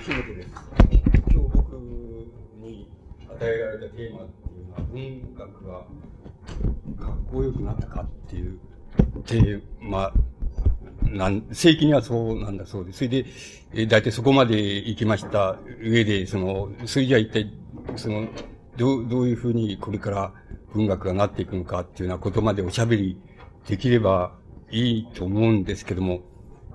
岸本です。今日僕に与えられたテーマっていうのは、文学がかっこよくなったかっていうテーマ正規にはそうなんだそうです。それで、大体そこまで行きました上で、それじゃ一体、どういうふうにこれから文学がなっていくのかっていうようなことまでおしゃべりできればいいと思うんですけども、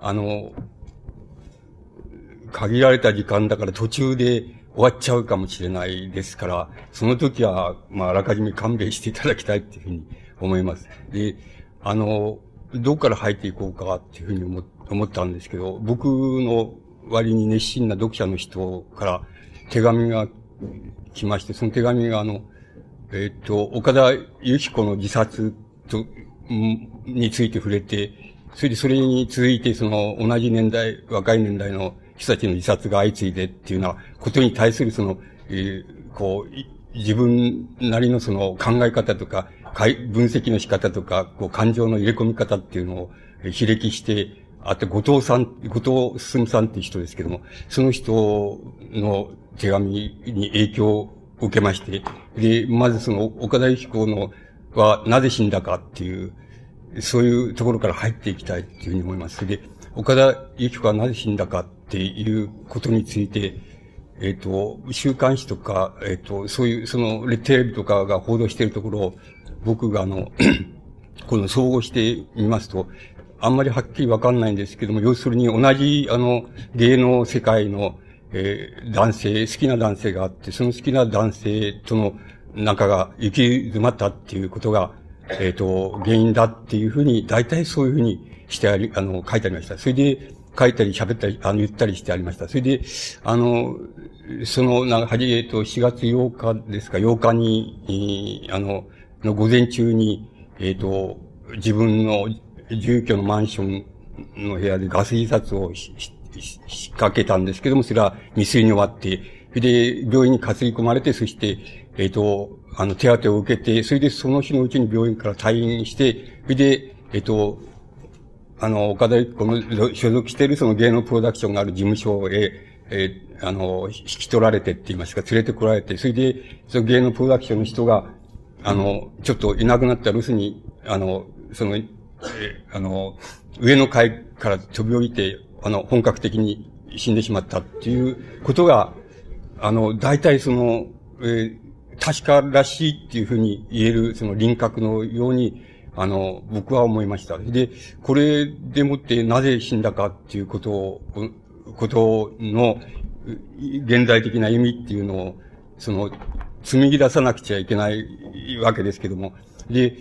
限られた時間だから途中で終わっちゃうかもしれないですから、その時は、あらかじめ勘弁していただきたいっていうふうに思います。で、どこから入っていこうかっていうふうに思ったんですけど、僕の割に熱心な読者の人から手紙が来まして、その手紙が岡田由紀子の自殺について触れて、それに続いて同じ年代、若い年代の人たちの自殺が相次いでっていうようなことに対する自分なりの考え方とか、分析の仕方とか、感情の入れ込み方っていうのを比歴して、あと、後藤進さんっていう人ですけども、その人の手紙に影響を受けまして、で、まず岡田由紀子はなぜ死んだかっていう、そういうところから入っていきたいっていうふうに思います。で、岡田由紀子はなぜ死んだかっていうことについて、週刊誌とか、そういう、テレビとかが報道しているところを、僕がこの総合してみますと、あんまりはっきりわかんないんですけども、要するに同じ、芸能世界の、男性、好きな男性があって、その好きな男性との仲が行き詰まったっていうことが、原因だっていうふうに、大体そういうふうにして書いてありました。それで、書いたり喋ったり、言ったりしてありました。それで、4月8日ですか、8日に、の午前中に、自分の住居のマンションの部屋でガス自殺を仕掛けたんですけども、それは未遂に終わって、それで、病院に担ぎ込まれて、そして、手当てを受けて、それでその日のうちに病院から退院して、それで、岡田由紀子の所属しているその芸能プロダクションがある事務所へ、引き取られてって言いますか、連れてこられて、それで、その芸能プロダクションの人が、ちょっといなくなった留守に、上の階から飛び降りて、本格的に死んでしまったっていうことが、大体確からしいっていうふうに言える、輪郭のように、僕は思いました。で、これでもってなぜ死んだかっていうことの、現在的な意味っていうのを、紡ぎ出さなくちゃいけないわけですけども。で、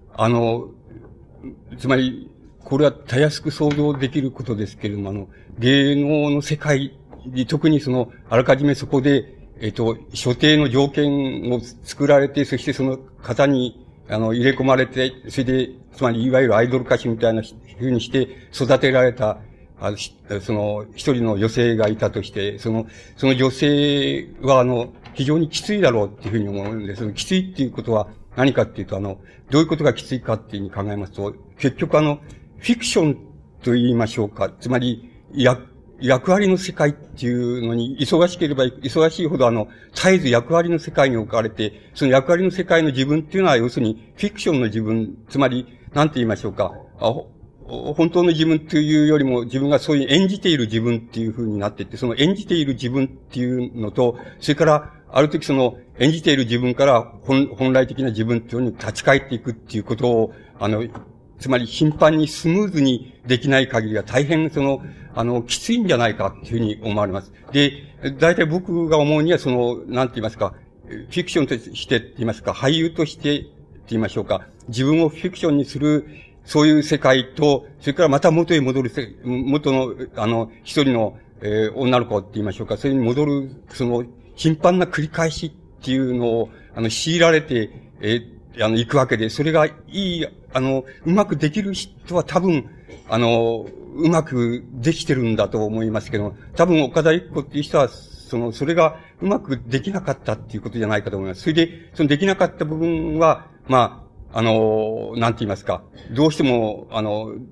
つまり、これはたやすく想像できることですけれども、芸能の世界に特にあらかじめそこで、所定の条件を作られて、そしてその型に、入れ込まれて、それで、つまり、いわゆるアイドル歌手みたいな風にして育てられた、一人の女性がいたとして、その女性は、非常にきついだろうっていうふうに思うんです。きついっていうことは何かっていうと、どういうことがきついかっていうふうに考えますと、結局フィクションと言いましょうか。つまり、役割の世界っていうのに、忙しければ忙しいほど絶えず役割の世界に置かれて、その役割の世界の自分っていうのは、要するに、フィクションの自分、つまり、なんて言いましょうか。本当の自分というよりも、自分がそういう演じている自分っていう風になっていって、その演じている自分っていうのと、それから、ある時演じている自分から本来的な自分っていうのに立ち返っていくっていうことを、つまり頻繁にスムーズにできない限りは大変きついんじゃないかっていうふうに思われます。で、大体僕が思うにはなんて言いますか、フィクションとしてって言いますか、俳優としてって言いましょうか、自分をフィクションにする、そういう世界と、それからまた元へ戻る元の、一人の、女の子って言いましょうか、それに戻る、頻繁な繰り返しっていうのを、強いられて、行くわけで、それがいい、うまくできる人は多分、うまくできてるんだと思いますけど、多分岡田由紀子っていう人は、それがうまくできなかったっていうことじゃないかと思います。それで、できなかった部分は、なんて言いますか、どうしても、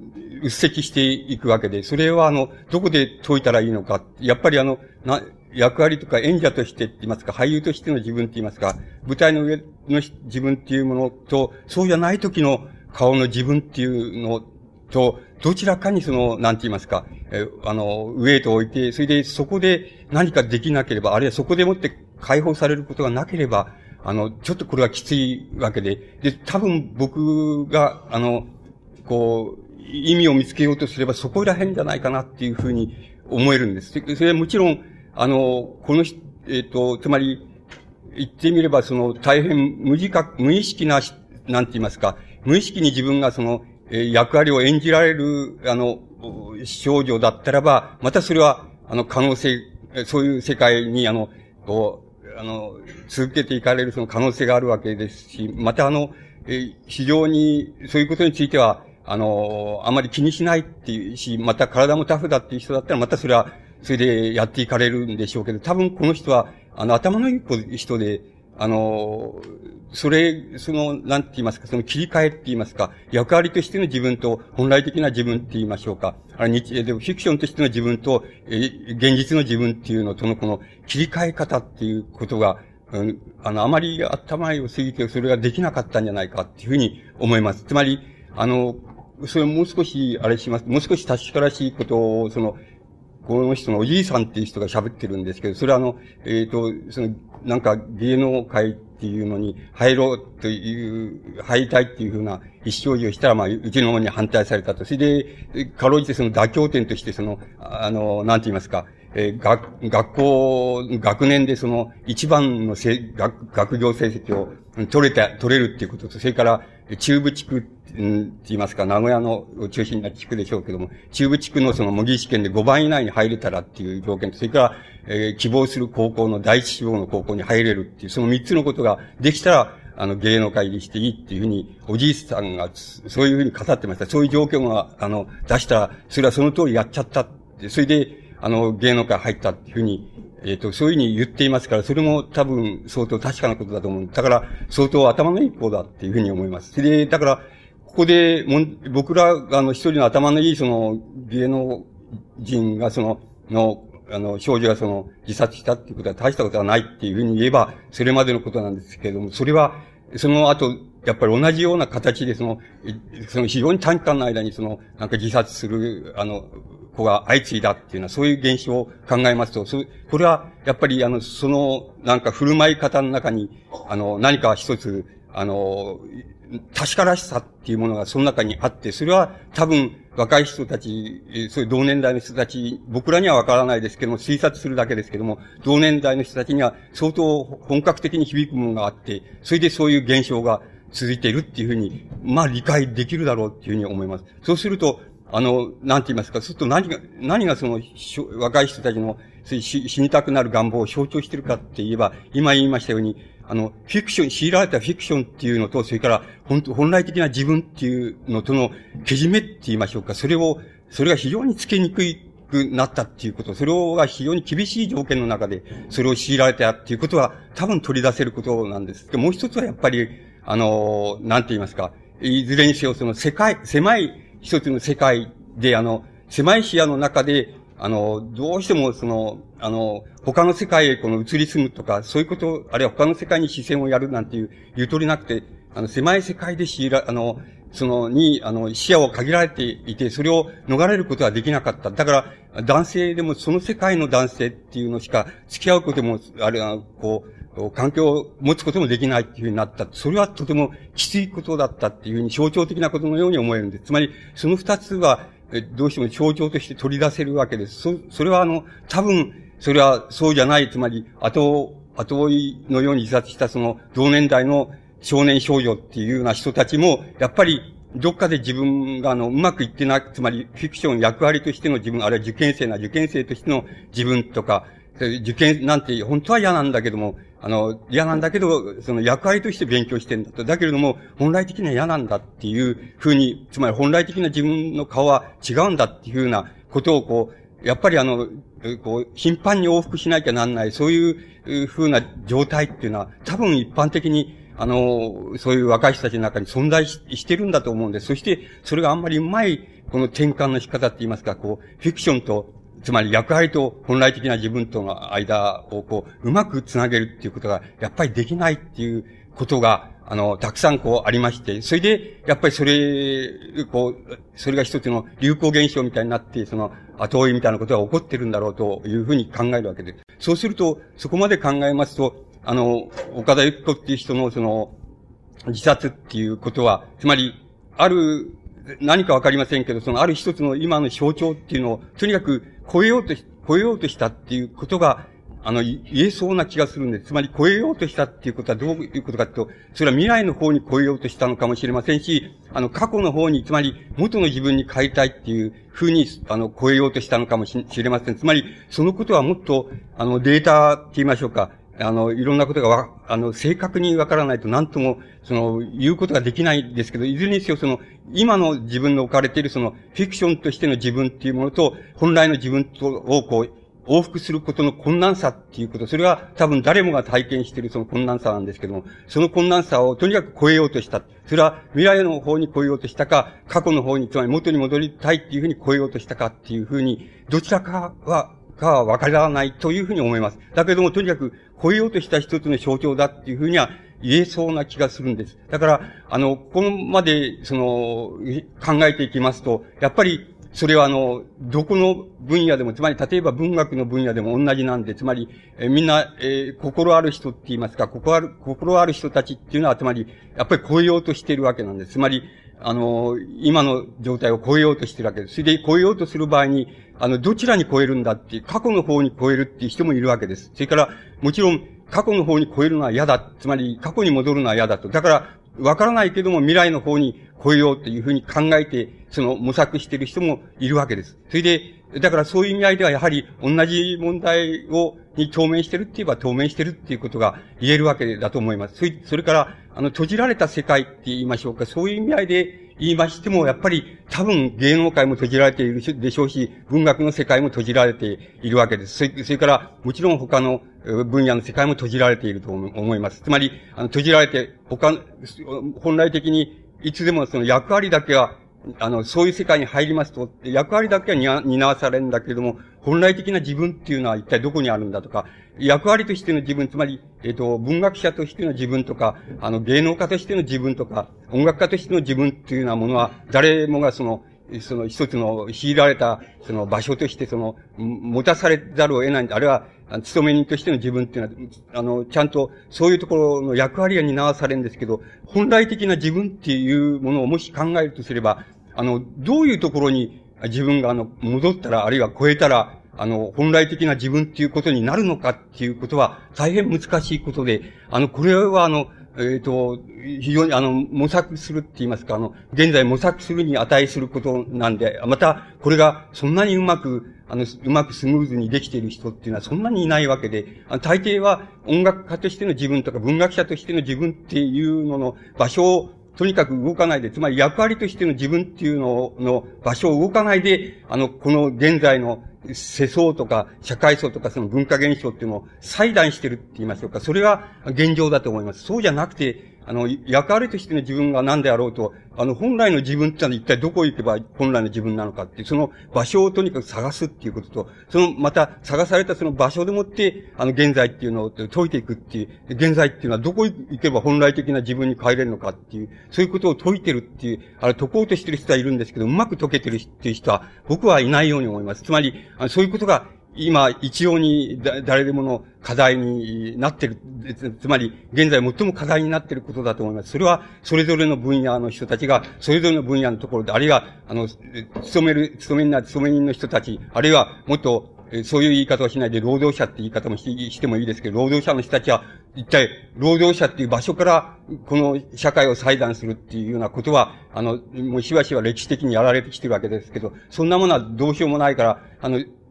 うっせきしていくわけで、それはどこで解いたらいいのか。やっぱり役割とか演者としてって言いますか、俳優としての自分って言いますか、舞台の上の自分っていうものと、そうじゃない時の顔の自分っていうのと、どちらかになんて言いますか、上へと置いて、それでそこで何かできなければ、あるいはそこでもって解放されることがなければ、ちょっとこれはきついわけで、で、多分僕が、意味を見つけようとすればそこら辺じゃないかなっていうふうに思えるんです。それはもちろん、つまり、言ってみれば大変無意識な、なんて言いますか、無意識に自分が役割を演じられる、少女だったらば、またそれは、可能性、そういう世界に、続けていかれる可能性があるわけですし、また非常に、そういうことについては、あまり気にしないっていうし、また体もタフだっていう人だったら、またそれでやっていかれるんでしょうけど、多分この人は、頭のいい人で、なんて言いますか、切り替えって言いますか、役割としての自分と本来的な自分って言いましょうか。でもフィクションとしての自分と、現実の自分っていうのとのこの切り替え方っていうことが、あまり頭良すぎてそれができなかったんじゃないかっていうふうに思います。つまり、それもう少し、もう少し確からしいことを、この人のおじいさんっていう人が喋ってるんですけど、それはなんか芸能界っていうのに入りたいっていうふうな意思表示をしたら、うちの方に反対されたと。それで、かろうじて妥協点としてなんて言いますか、学年で一番の学業成績を取れるっていうことと、それから中部地区って言いますか、名古屋の中心な地区でしょうけども、中部地区の模擬試験で5番以内に入れたらっていう条件と、それから、希望する高校の第一志望の高校に入れるっていう、その3つのことができたら、芸能界入りしていいっていうふうに、おじいさんがそういうふうに語ってました。そういう条件が、出したら、それはその通りやっちゃったって、それで、芸能界入ったっていうふうに、そういうふうに言っていますから、それも多分相当確かなことだと思う。だから、相当頭のいい子だっていうふうに思います。で、だから、ここで、僕ら、一人の頭のいい芸能人が少女が自殺したっていうことは大したことはないっていうふうに言えば、それまでのことなんですけれども、それは、その後、やっぱり同じような形で非常に短期間の間になんか自殺する、子が相次いだっていうのは、そういう現象を考えますと、これは、やっぱりなんか振る舞い方の中に、何か一つ、確からしさっていうものがその中にあって、それは多分若い人たち、そういう同年代の人たち、僕らにはわからないですけども、推察するだけですけども、同年代の人たちには相当本格的に響くものがあって、それでそういう現象が続いているっていうふうに、理解できるだろうっていうふうに思います。そうすると、なんて言いますか、そうすると何が若い人たちの死にたくなる願望を象徴しているかって言えば、今言いましたように、フィクション、強いられたフィクションっていうのと、それから本来的な自分っていうのとのけじめって言いましょうか、それが非常につけにくくなったっていうこと、それが非常に厳しい条件の中で、それを強いられたっていうことは、多分取り出せることなんです。もう一つはやっぱり、なんて言いますか、いずれにせよ狭い一つの世界で、狭い視野の中で、どうしても他の世界へ移り住むとか、そういうこと、あるいは他の世界に視線をやるなんていう、ゆとりなくて、狭い世界で視野を限られていて、それを逃れることはできなかった。だから、男性でもその世界の男性っていうのしか付き合うことも、あるいは、環境を持つこともできないっていうふうになった。それはとてもきついことだったっていうふうに象徴的なことのように思えるんです。つまり、その二つは、どうしても象徴として取り出せるわけです。それは多分、それはそうじゃない、つまり、後追いのように自殺した同年代の少年少女っていうような人たちも、やっぱり、どっかで自分がうまくいってない、つまり、フィクション役割としての自分、あるいは受験生としての自分とか、受験なんて本当は嫌なんだけども、嫌なんだけど、役割として勉強してんだと。だけれども、本来的には嫌なんだっていうふうに、つまり本来的な自分の顔は違うんだっていうふうなことをやっぱり頻繁に往復しなきゃなんない、そういうふうな状態っていうのは、多分一般的に、 そういう若い人たちの中に存在してるんだと思うんです。そして、それがあんまりうまい、この転換の仕方って言いますか、フィクションと、つまり役割と本来的な自分との間をうまくつなげるっていうことが、やっぱりできないっていうことが、たくさんありまして、それで、やっぱりそれが一つの流行現象みたいになって、後追いみたいなことが起こってるんだろうというふうに考えるわけです。そうすると、そこまで考えますと、岡田由紀子っていう人の自殺っていうことは、つまり、何かわかりませんけど、ある一つの今の象徴っていうのを、とにかく超えようとしたっていうことが、言えそうな気がするんです。つまり超えようとしたっていうことはどういうことかというと、それは未来の方に超えようとしたのかもしれませんし、過去の方に、つまり元の自分に変えたいっていうふうに、超えようとしたのかもしれません。つまり、そのことはもっと、データって言いましょうか。いろんなことが正確にわからないと何とも、言うことができないですけど、いずれにせよ今の自分の置かれているフィクションとしての自分っていうものと、本来の自分とを往復することの困難さっていうこと、それは多分誰もが体験しているその困難さなんですけども、その困難さをとにかく超えようとした。それは未来の方に超えようとしたか、過去の方に、つまり元に戻りたいっていうふうに超えようとしたかっていうふうに、どちらかはわからないというふうに思います。だけども、とにかく超えようとした一つの象徴だっていうふうには言えそうな気がするんです。だから、ここまで、考えていきますと、やっぱり、それはどこの分野でも、つまり例えば文学の分野でも同じなんで、つまり、みんな、心ある人って言いますか、心ある人たちっていうのは、つまり、やっぱり超えようとしているわけなんです。つまり、今の状態を超えようとしているわけです。それで超えようとする場合に、どちらに超えるんだっていう、過去の方に超えるっていう人もいるわけです。それから、もちろん、過去の方に超えるのは嫌だ。つまり、過去に戻るのは嫌だと。だから、わからないけども未来の方に超えようというふうに考えて、模索している人もいるわけです。それで、だからそういう意味合いではやはり同じ問題に当面してるって言えば当面してるっていうことが言えるわけだと思います。それから、閉じられた世界って言いましょうか、そういう意味合いで言いましても、やっぱり多分芸能界も閉じられているでしょうし、文学の世界も閉じられているわけです。それから、もちろん他の分野の世界も閉じられていると思います。つまり、閉じられて、本来的にいつでも役割だけは、そういう世界に入りますと、役割だけは担わされるんだけれども、本来的な自分っていうのは一体どこにあるんだとか、役割としての自分、つまり、文学者としての自分とか、芸能家としての自分とか、音楽家としての自分っていうようなものは、誰もが一つの強いられた、場所として、持たされざるを得ないんだ。あるいは、勤め人としての自分っていうのは、ちゃんと、そういうところの役割が担わされるんですけど、本来的な自分っていうものをもし考えるとすれば、どういうところに自分が戻ったら、あるいは超えたら、本来的な自分っていうことになるのかっていうことは、大変難しいことで、これは非常に模索するって言いますか、現在模索するに値することなんで、また、これがそんなにうまくスムーズにできている人っていうのはそんなにいないわけで、大抵は音楽家としての自分とか文学者としての自分っていうのの場所をとにかく動かないで、つまり役割としての自分っていうの場所を動かないで、この現在の世相とか社会層とか文化現象っていうのを裁断してるって言いましょうか。それが現状だと思います。そうじゃなくて、役割としての自分が何であろうと、本来の自分ってのは一体どこへ行けば本来の自分なのかっていう、その場所をとにかく探すっていうことと、また探されたその場所でもって、現在っていうのを解いていくっていう、現在っていうのはどこへ行けば本来的な自分に帰れるのかっていう、そういうことを解いてるっていう、解こうとしてる人はいるんですけど、うまく解けてるっていう人は僕はいないように思います。つまり、そういうことが今、一様に誰でもの課題になっている。つまり、現在最も課題になっていることだと思います。それは、それぞれの分野の人たちが、それぞれの分野のところで、あるいは、勤め人の人たち、あるいは、もっと、そういう言い方をしないで、労働者って言い方もしてもいいですけど、労働者の人たちは、一体、労働者っていう場所から、この社会を裁断するっていうようなことは、もうしばしば歴史的にやられてきてるわけですけど、そんなものはどうしようもないから、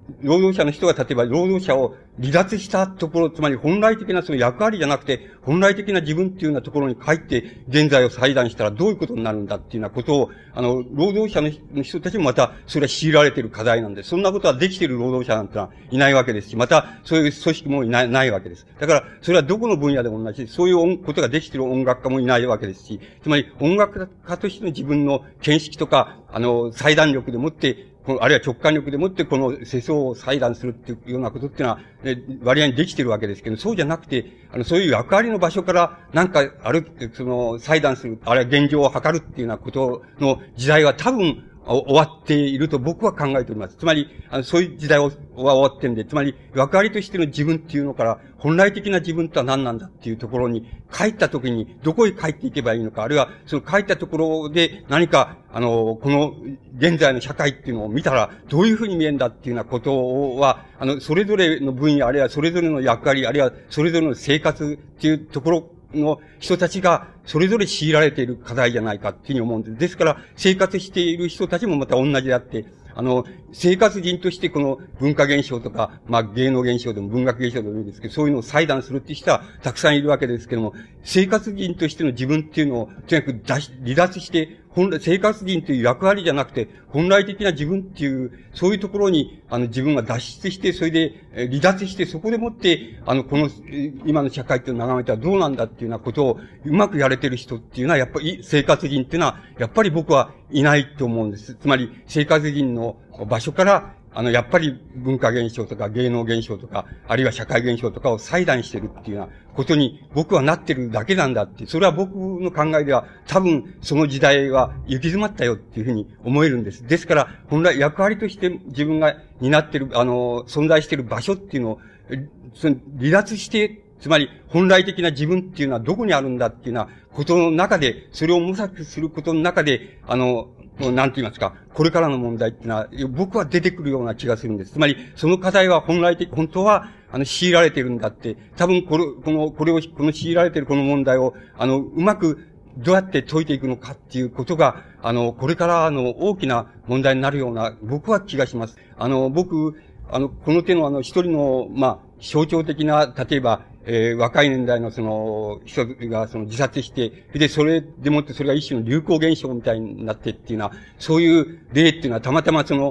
労働者の人が例えば労働者を離脱したところ、つまり本来的なその役割じゃなくて、本来的な自分っていうようなところに帰って現在を裁断したらどういうことになるんだっていうようなことを、労働者の人たちもまた、それは強いられている課題なんで、そんなことはできている労働者なんてのはいないわけですし、また、そういう組織もないわけです。だから、それはどこの分野でも同じ、そういうことができている音楽家もいないわけですし、つまり音楽家としての自分の見識とか、裁断力でもって、あるいは直感力でもってこの世相を裁断するっていうようなことっていうのは、割合にできているわけですけど、そうじゃなくて、そういう役割の場所からなんか裁断する、あるいは現状を図るっていうようなことの時代は多分、終わっていると僕は考えております。つまり、そういう時代は終わってるんで、つまり、役割としての自分っていうのから、本来的な自分とは何なんだっていうところに帰ったときに、どこへ帰っていけばいいのか、あるいは、その帰ったところで何か、この、現在の社会っていうのを見たら、どういうふうに見えるんだっていうようなことは、それぞれの分野、あるいはそれぞれの役割、あるいはそれぞれの生活っていうところの人たちが、それぞれ強いられている課題じゃないかっていうふうに思うんです。ですから、生活している人たちもまた同じであって、生活人としてこの文化現象とか、芸能現象でも文学現象でもいいですけど、そういうのを裁断するっていう人はたくさんいるわけですけども、生活人としての自分っていうのを、とにかく離脱して、生活人という役割じゃなくて、本来的な自分っていう、そういうところに、自分が脱出して、それで、離脱して、そこでもって、この、今の社会っていうのを眺めたらどうなんだっていうようなことを、うまくやれてる人っていうのは、やっぱり、生活人っていうのは、やっぱり僕はいないと思うんです。つまり、生活人の場所から、やっぱり文化現象とか芸能現象とか、あるいは社会現象とかを裁断してるっていうようなことに僕はなってるだけなんだって、それは僕の考えでは多分その時代は行き詰まったよっていうふうに思えるんです。ですから、本来役割として自分が担ってる、存在している場所っていうのを、離脱して、つまり本来的な自分っていうのはどこにあるんだっていうようなことの中で、それを模索することの中で、なんて言いますか、これからの問題っていうのは、僕は出てくるような気がするんです。つまり、その課題は本当は、強いられているんだって、多分この強いられているこの問題を、うまく、どうやって解いていくのかっていうことが、これから大きな問題になるような、僕は気がします。この手の一人の、象徴的な、例えば、若い年代の人が自殺して、で、それでもってそれが一種の流行現象みたいになってっていうのは、そういう例っていうのはたまたまさ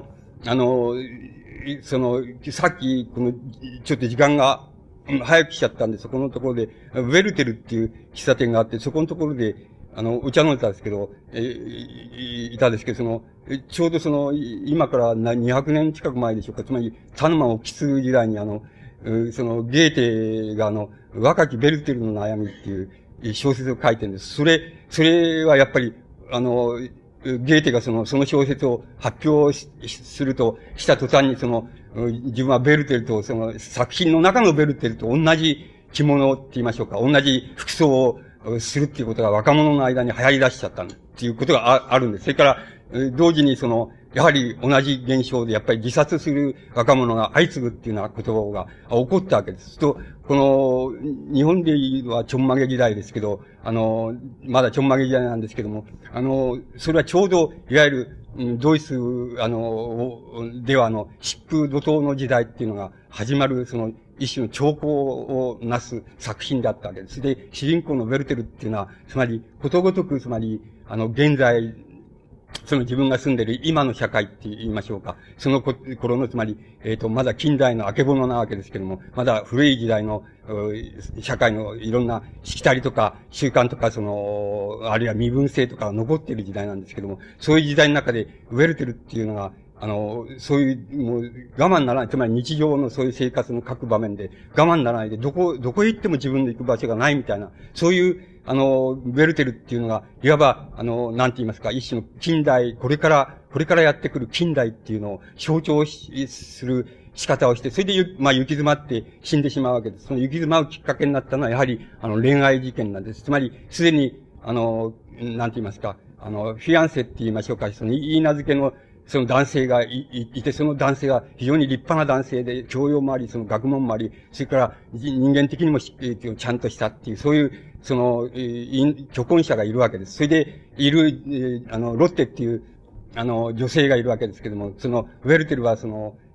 っき、ちょっと時間が早く来ちゃったんで、そこのところで、ウェルテルっていう喫茶店があって、そこのところで、お茶飲んでたんですけど、いたんですけど、ちょうど今から200年近く前でしょうか、つまり、田沼を期す時代にゲーテが若きベルテルの悩みっていう小説を書いてるんです。それはやっぱり、ゲーテがその小説を発表した途端に自分はベルテルと作品の中のベルテルと同じ着物って言いましょうか、同じ服装をするっていうことが若者の間に流行り出しちゃったっていうことがあるんです。それから、同時にやはり同じ現象でやっぱり自殺する若者が相次ぐっていうようなことが起こったわけです。この、日本ではちょんまげ時代ですけど、まだちょんまげ時代なんですけども、それはちょうど、いわゆる、ドイツ、では疾風怒涛の時代っていうのが始まる、一種の兆候をなす作品だったわけです。で、主人公のベルテルっていうのは、つまり、ことごとく、つまり、現在、自分が住んでいる今の社会って言いましょうか。その頃の、つまり、まだ近代のあけぼのなわけですけども、まだ古い時代の、社会のいろんなしきたりとか、習慣とか、あるいは身分制とかが残っている時代なんですけども、そういう時代の中で、ウェルテルっていうのが、そういう、もう、我慢ならない、つまり日常のそういう生活の各場面で、我慢ならないで、どこへ行っても自分の行く場所がないみたいな、そういう、ベルテルっていうのが、いわば、なんて言いますか、一種の近代、これからやってくる近代っていうのを象徴する仕方をして、それで行き詰まって死んでしまうわけです。その行き詰まうきっかけになったのは、やはり、恋愛事件なんです。つまり、すでに、なんて言いますか、フィアンセって言いましょうか、言い名付けの、その男性がいて、その男性が非常に立派な男性で、教養もあり、学問もあり、それから人間的にもちゃんとしたっていう、そういう、虚婚者がいるわけです。それで、ロッテっていう、女性がいるわけですけども、ウェルテルは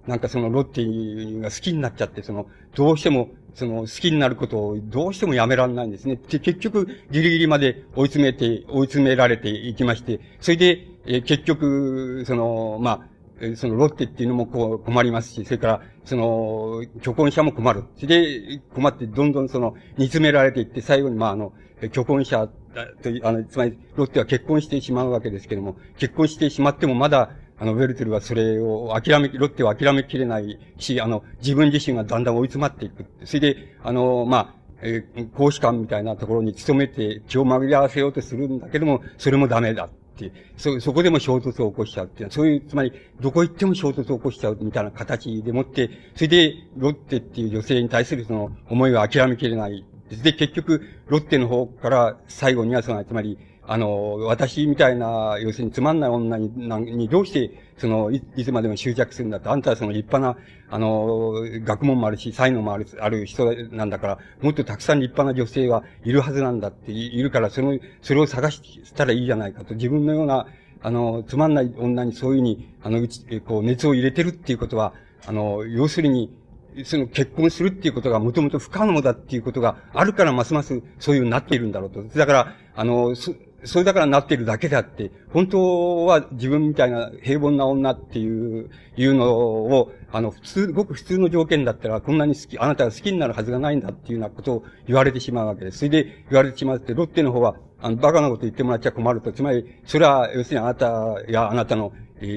なんかそのロッテが好きになっちゃって、どうしても、好きになることをどうしてもやめられないんですね。で、結局、ギリギリまで追い詰められていきまして、それで、結局、ロッテっていうのも困りますし、それから、巨根社も困る。それで、困って、どんどん煮詰められていって、最後に、巨根社つまり、ロッテは結婚してしまうわけですけども、結婚してしまってもまだ、ウェルテルはそれをロッテを諦めきれないし、自分自身がだんだん追い詰まっていく。それで、公使館みたいなところに勤めて気を紛らわせようとするんだけども、それもダメだって。そこでも衝突を起こしちゃうっていう。そういう、つまり、どこ行っても衝突を起こしちゃうみたいな形でもって、それで、ロッテっていう女性に対する思いを諦めきれない。で、結局、ロッテの方から最後にはつまり、私みたいな、要するにつまんない女にどうして、いつまでも執着するんだって、あんたは立派な、学問もあるし、才能もある人なんだから、もっとたくさん立派な女性はいるはずなんだっているから、それを探したらいいじゃないかと。自分のような、つまんない女にそういうふうに、熱を入れてるっていうことは、要するに、結婚するっていうことがもともと不可能だっていうことがあるからますますそういうになっているんだろうと。だから、それだからなっているだけであって、本当は自分みたいな平凡な女っていうのを、ごく普通の条件だったら、こんなにあなたが好きになるはずがないんだっていうようなことを言われてしまうわけです。それで言われてしまって、ロッテの方は、バカなこと言ってもらっちゃ困ると。つまり、それは、要するにあなたやあなたの、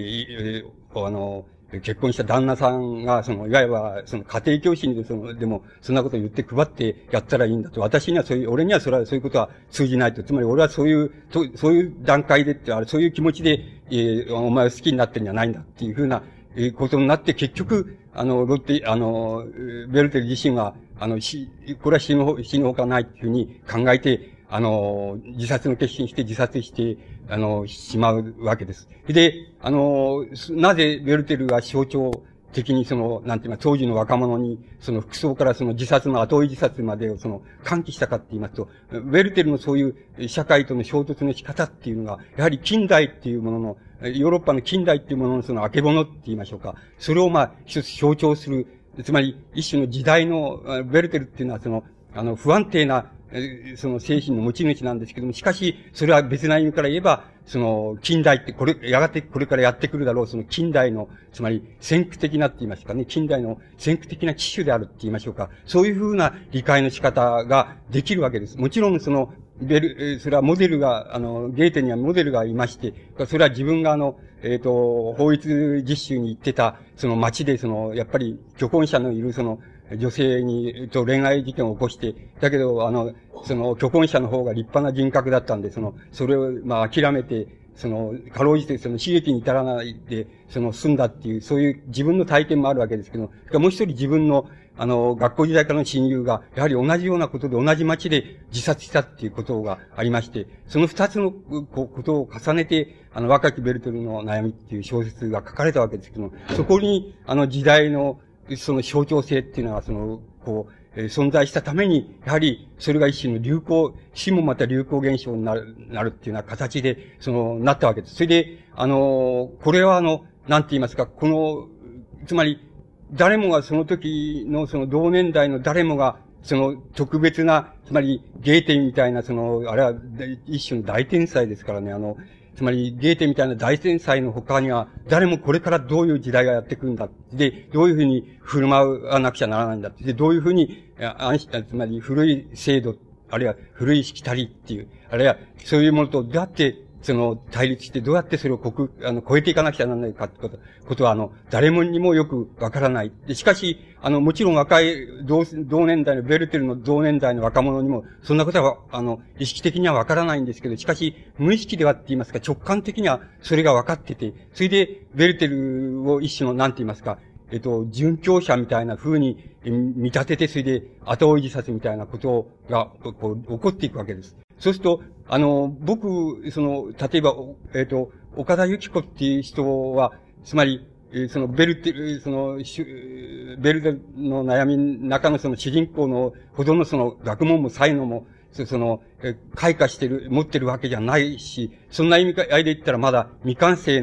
結婚した旦那さんが、いわゆる家庭教師にでも、そんなことを言って配ってやったらいいんだと。私には俺にはそういうことは通じないと。つまり俺はそういう段階でそういう気持ちで、お前を好きになってるんじゃないんだっていうふうな、ことになって、結局、ベルテル自身は、これは死ぬほかないっていうふうに考えて、自殺の決心して自殺して、しまうわけです。で、なぜベルテルが象徴的になんていうか、当時の若者に、服装から自殺の後追い自殺までを喚起したかって言いますと、ベルテルのそういう社会との衝突の仕方っていうのが、やはり近代っていうものの、ヨーロッパの近代っていうもののあけぼのって言いましょうか。それを一つ象徴する、つまり一種の時代の、ベルテルっていうのは不安定な、精神の持ち主なんですけども、しかし、それは別な意味から言えば、近代って、やがてこれからやってくるだろう、近代の、つまり、先駆的なって言いますかね、近代の先駆的な機種であるって言いましょうか。そういうふうな理解の仕方ができるわけです。もちろん、それはモデルが、ゲーテにはモデルがいまして、それは自分が法律実習に行ってた、街で、やっぱり、巨根者のいる女性と恋愛事件を起こして、だけど、巨根者の方が立派な人格だったんで、それを、諦めて、かろうじて、悲劇に至らないで、済んだっていう、そういう自分の体験もあるわけですけど、もう一人自分の、学校時代からの親友が、やはり同じようなことで同じ街で自殺したっていうことがありまして、その二つのことを重ねて、若きベルトルの悩みっていう小説が書かれたわけですけど、そこに、時代の、象徴性っていうのは、存在したために、やはり、それが一種の死もまた流行現象になるっていうような形で、なったわけです。それで、これはなんて言いますか、つまり、誰もがその時の同年代の誰もが、特別な、つまり、ゲーテみたいな、あれは一種の大天才ですからね、つまり、ゲーテみたいな大天才の他には、誰もこれからどういう時代がやってくるんだ。で、どういうふうに振る舞わなくちゃならないんだ。で、どういうふうに、つまり古い制度、あるいは古いしきたりっていう、あるいはそういうものとどうやって、対立してどうやってそれを超えていかなくちゃならないかってことは、誰もにもよくわからない。で、しかし、もちろん若い、同年代の、ベルテルの同年代の若者にも、そんなことは、意識的にはわからないんですけど、しかし、無意識ではって言いますか、直感的にはそれがわかってて、それで、ベルテルを一種の、なんて言いますか、殉教者みたいな風に見立てて、それで、後追い自殺みたいなことが、起こっていくわけです。そうすると、僕、例えば、岡田由紀子っていう人は、つまり、ベルテルの悩みの中の主人公のほどの学問も才能も、開花持ってるわけじゃないし、そんな意味合いで言ったらまだ未完成の、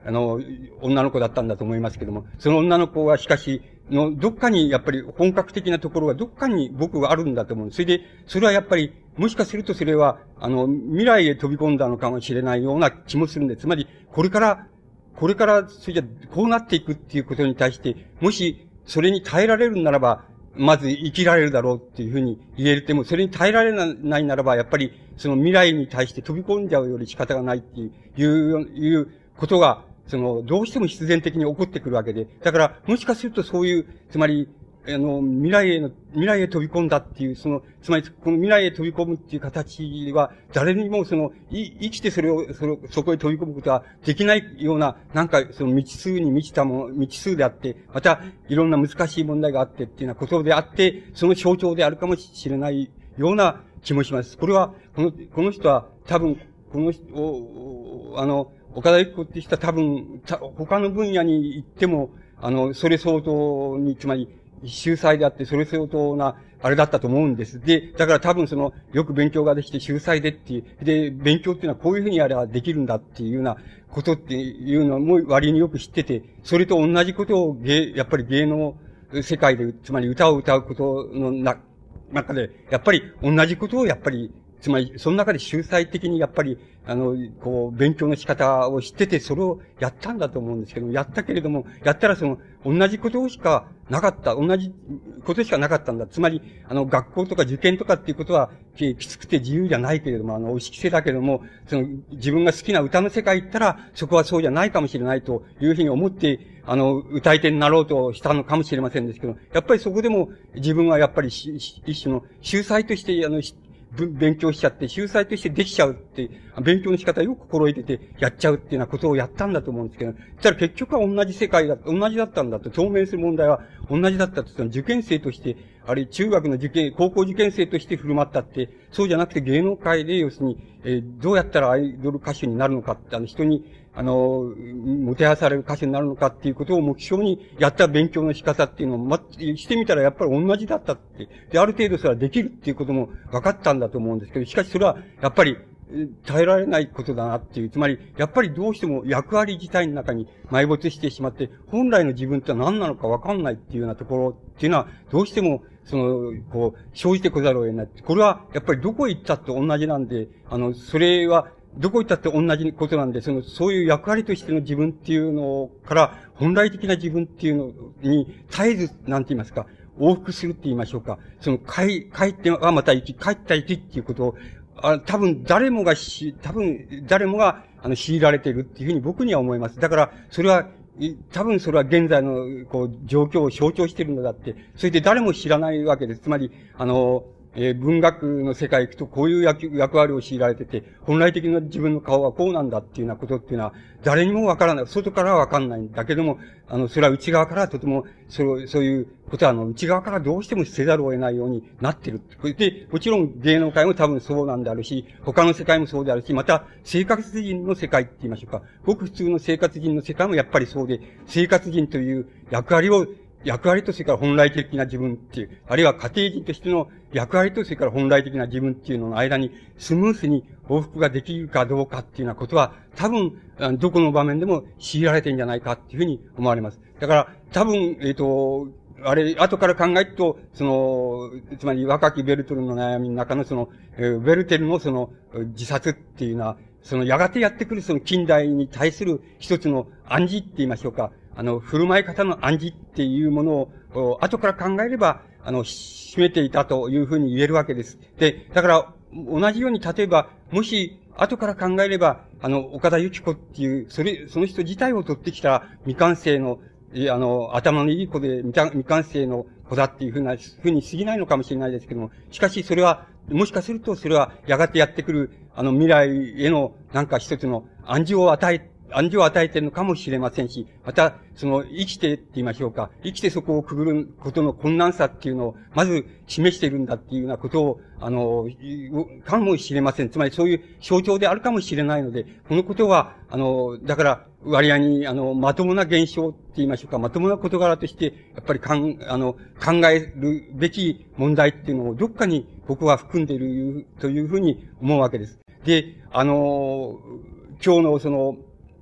女の子だったんだと思いますけども、その女の子はしかし、どっかにやっぱり本格的なところがどっかに僕はあるんだと思う。それで、それはやっぱり、もしかするとそれは、未来へ飛び込んだのかもしれないような気もするんで、つまり、これから、それじゃ、こうなっていくっていうことに対して、もし、それに耐えられるならば、まず生きられるだろうっていうふうに言えるても、それに耐えられないならば、やっぱり、その未来に対して飛び込んじゃうより仕方がないっていうことが、どうしても必然的に起こってくるわけで。だから、もしかするとそういう、つまり、未来へ飛び込んだっていう、つまり、この未来へ飛び込むっていう形は、誰にも生きてそこへ飛び込むことはできないような、なんか、未知数に満ちた未知数であって、また、いろんな難しい問題があってっていうようなことであって、その象徴であるかもしれないような気もします。これは、この人は、多分、この人岡田由紀子って人は多分、他の分野に行っても、それ相当に、つまり、秀才であって、それ相当な、あれだったと思うんです。で、だから多分よく勉強ができて秀才でっていう、で、勉強っていうのはこういうふうにやればできるんだっていうようなことっていうのも割によく知ってて、それと同じことをやっぱり芸能世界で、つまり歌を歌うことの中で、やっぱり同じことをやっぱり、つまり、その中で秀才的にやっぱり、勉強の仕方を知ってて、それをやったんだと思うんですけども、やったけれども、やったら同じことしかなかった、同じことしかなかったんだ。つまり、学校とか受験とかっていうことは、きつくて自由じゃないけれども、押し着せだけども、自分が好きな歌の世界行ったら、そこはそうじゃないかもしれないというふうに思って、歌い手になろうとしたのかもしれませんですけど、やっぱりそこでも自分はやっぱり一種の秀才として、勉強しちゃって、秀才としてできちゃうって、勉強の仕方をよく心得てて、やっちゃうっていうようなことをやったんだと思うんですけど、そしたら結局は同じだったんだと、当面する問題は同じだったと、受験生として、あるいは中学の高校受験生として振る舞ったって、そうじゃなくて芸能界で、要するに、どうやったらアイドル歌手になるのかって、人に、もてはやされる歌手になるのかっていうことを目標にやった勉強の仕方っていうのを、してみたらやっぱり同じだったって。で、ある程度それはできるっていうことも分かったんだと思うんですけど、しかしそれはやっぱり耐えられないことだなっていう。つまり、やっぱりどうしても役割自体の中に埋没してしまって、本来の自分って何なのか分かんないっていうようなところっていうのは、どうしても生じてこざるを得ない。これはやっぱりどこへ行ったって同じなんで、それは、どこ行ったって同じことなんで、そういう役割としての自分っていうのから、本来的な自分っていうのに絶えず、なんて言いますか、往復するって言いましょうか。帰ってはまた行き、帰った行きっていうことを、多分誰もが強いられているっていうふうに僕には思います。だから、多分それは現在の、状況を象徴しているのだって、それで誰も知らないわけです。つまり、文学の世界行くとこういう役割を強いられてて、本来的な自分の顔はこうなんだっていうようなことっていうのは、誰にもわからない。外からはわかんないんだけども、それは内側からとても、そういうことは、内側からどうしてもせざるを得ないようになってる。で、もちろん芸能界も多分そうなんであるし、他の世界もそうであるし、また、生活人の世界って言いましょうか。ごく普通の生活人の世界もやっぱりそうで、生活人という役割とそれから本来的な自分っていう、あるいは家庭人としての役割とそれから本来的な自分っていうのの間にスムースに往復ができるかどうかっていうようなことは、多分、どこの場面でも強いられてるんじゃないかっていうふうに思われます。だから、多分、後から考えると、つまり若きベルトルの悩みの中のベルテルの自殺っていうのは、やがてやってくる近代に対する一つの暗示って言いましょうか。振る舞い方の暗示っていうものを、後から考えれば、占めていたというふうに言えるわけです。で、だから、同じように、例えば、もし、後から考えれば、岡田由紀子っていう、その人自体を取ってきた未完成の、頭のいい子で未完成の子だっていうふうに過ぎないのかもしれないですけども、しかしそれは、もしかするとそれはやがてやってくる、未来へのなんか一つの暗示を与えているのかもしれませんし、また、生きてって言いましょうか。生きてそこをくぐることの困難さっていうのを、まず示しているんだっていうようなことを、かもしれません。つまりそういう象徴であるかもしれないので、このことは、だから、割合に、まともな現象って言いましょうか。まともな事柄として、やっぱり考えるべき問題っていうのをどっかに僕は含んでいるというふうに思うわけです。で、今日の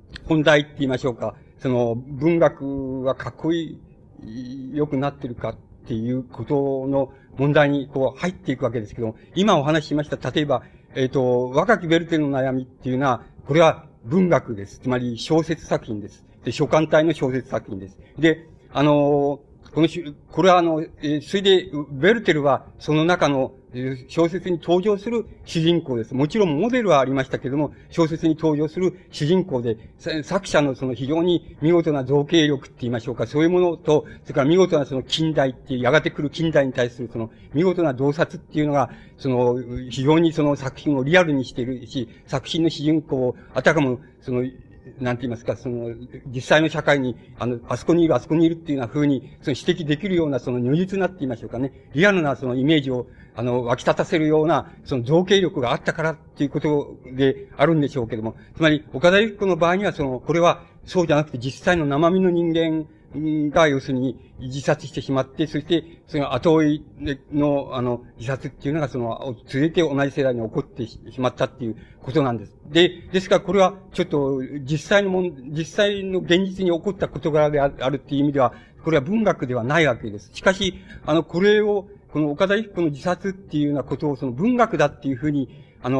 本題って言いましょうか、その、文学がかっこよくなってるかっていうことの問題にこう入っていくわけですけども、今お話ししました、例えば、若きベルテルの悩みっていうのは、これは文学です。つまり小説作品です。で、書簡体の小説作品です。で、これはそれで、ベルテルは、その中の小説に登場する主人公です。もちろんモデルはありましたけども、小説に登場する主人公で、作者のその非常に見事な造形力って言いましょうか、そういうものと、それから見事なその近代っていう、やがて来る近代に対するその見事な洞察っていうのが、その、非常にその作品をリアルにしているし、作品の主人公を、あたかも、その、なんて言いますか、その、実際の社会に、あそこにいるっていうような風に、その指摘できるような、その如実なって言いましょうかね、リアルなそのイメージを、湧き立たせるような、その造形力があったからっていうことであるんでしょうけども、つまり、岡田由紀子の場合には、これは、そうじゃなくて実際の生身の人間が、要するに、自殺してしまって、そして、その後追いの、自殺っていうのが、続いて同じ世代に起こってしまったっていうことなんです。ですからこれは、ちょっと、実際の現実に起こった事柄であるっていう意味では、これは文学ではないわけです。しかし、これを、この岡田由紀子の自殺っていうようなことを、文学だっていうふうに、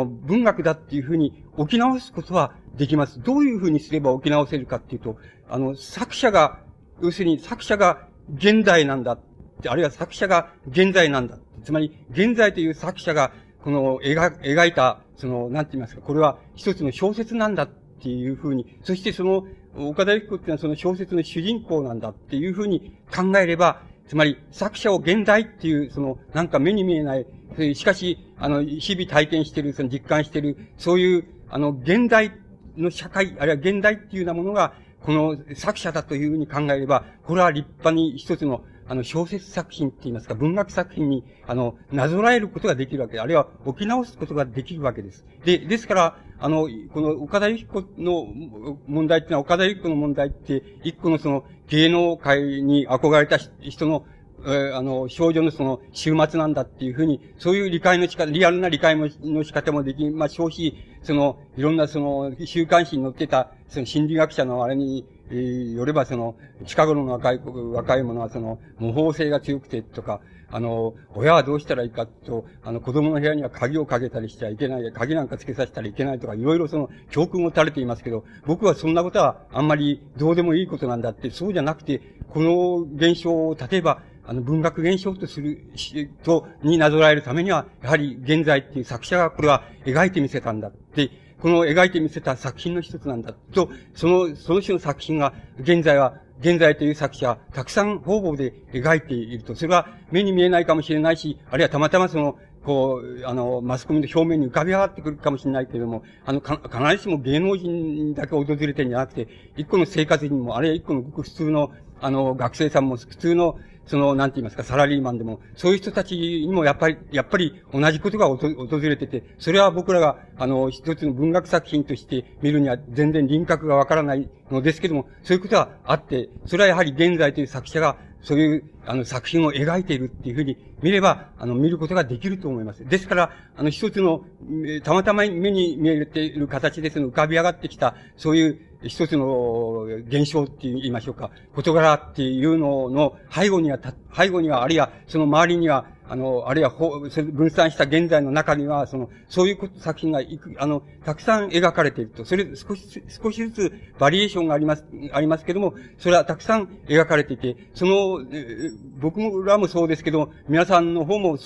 置き直すことはできます。どういうふうにすれば置き直せるかっていうと、要するに作者が現代なんだ。あるいは作者が現在なんだ。つまり、現在という作者が、描いた、なんて言いますか、これは一つの小説なんだっていうふうに、そして岡田由紀子っていうのはその小説の主人公なんだっていうふうに考えれば、つまり、作者を現代っていう、なんか目に見えない、しかし、日々体験している、実感している、そういう、現代の社会、あるいは現代っていうようなものが、この作者だというふうに考えれば、これは立派に一つの、小説作品って言いますか、文学作品に、なぞらえることができるわけで、あるいは置き直すことができるわけです。ですから、この岡田由紀子の問題っていうのは、岡田由紀子の問題って、一個の芸能界に憧れた人の、少女の終末なんだっていうふうに、そういう理解の仕方、リアルな理解の仕方もできましょうし、いろんな週刊誌に載ってた、心理学者のあれに、よれば近頃の若い者は模倣性が強くてとか、親はどうしたらいいかと、子供の部屋には鍵をかけたりしちゃいけない、鍵なんかつけさせたらいけないとか、いろいろ教訓を垂れていますけど、僕はそんなことはあんまりどうでもいいことなんだって、そうじゃなくて、この現象を、例えば、文学現象になぞらえるためには、やはり現在っていう作者がこれは描いてみせたんだって、この描いてみせた作品の一つなんだと、その種の作品が、現在という作者はたくさん方々で描いていると。それは目に見えないかもしれないし、あるいはたまたまマスコミの表面に浮かび上がってくるかもしれないけれども、必ずしも芸能人だけ訪れてるんじゃなくて、一個の生活人も、あるいは一個のごく普通の、学生さんも、普通の、なんて言いますか、サラリーマンでも、そういう人たちにもやっぱり同じことが訪れてて、それは僕らが、一つの文学作品として見るには全然輪郭がわからないのですけども、そういうことはあって、それはやはり現在という作者が、そういう、作品を描いているっていうふうに見れば、見ることができると思います。ですから、一つの、たまたま目に見えている形で浮かび上がってきた、そういう、一つの現象って言いましょうか、事柄っていうのの背後には、あるいはその周りには、あるいは分散した現在の中には、そういう作品がたくさん描かれていると。それ、少しずつバリエーションがありますけども、それはたくさん描かれていて、僕らもそうですけど、皆さんの方も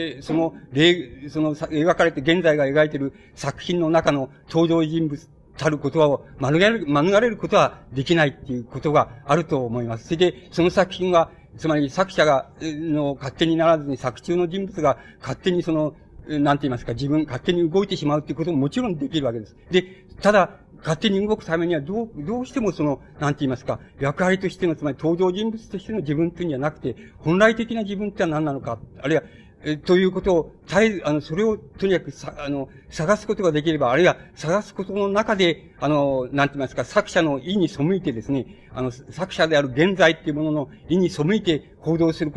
描かれて、現在が描いている作品の中の登場人物、たることを免れることはできないっていうことがあると思います。それで、その作品は、つまり作者が、勝手にならずに作中の人物が勝手になんて言いますか、勝手に動いてしまうっていうことももちろんできるわけです。で、ただ、勝手に動くためにはどうしてもなんて言いますか、役割としての、つまり登場人物としての自分というんじゃなくて、本来的な自分っては何なのか、あるいは、ということを、それをとにかく探すことができれば、あるいは探すことの中で、なんて言いますか、作者の意に背いてですね、作者である現在っていうものの意に背いて行動することが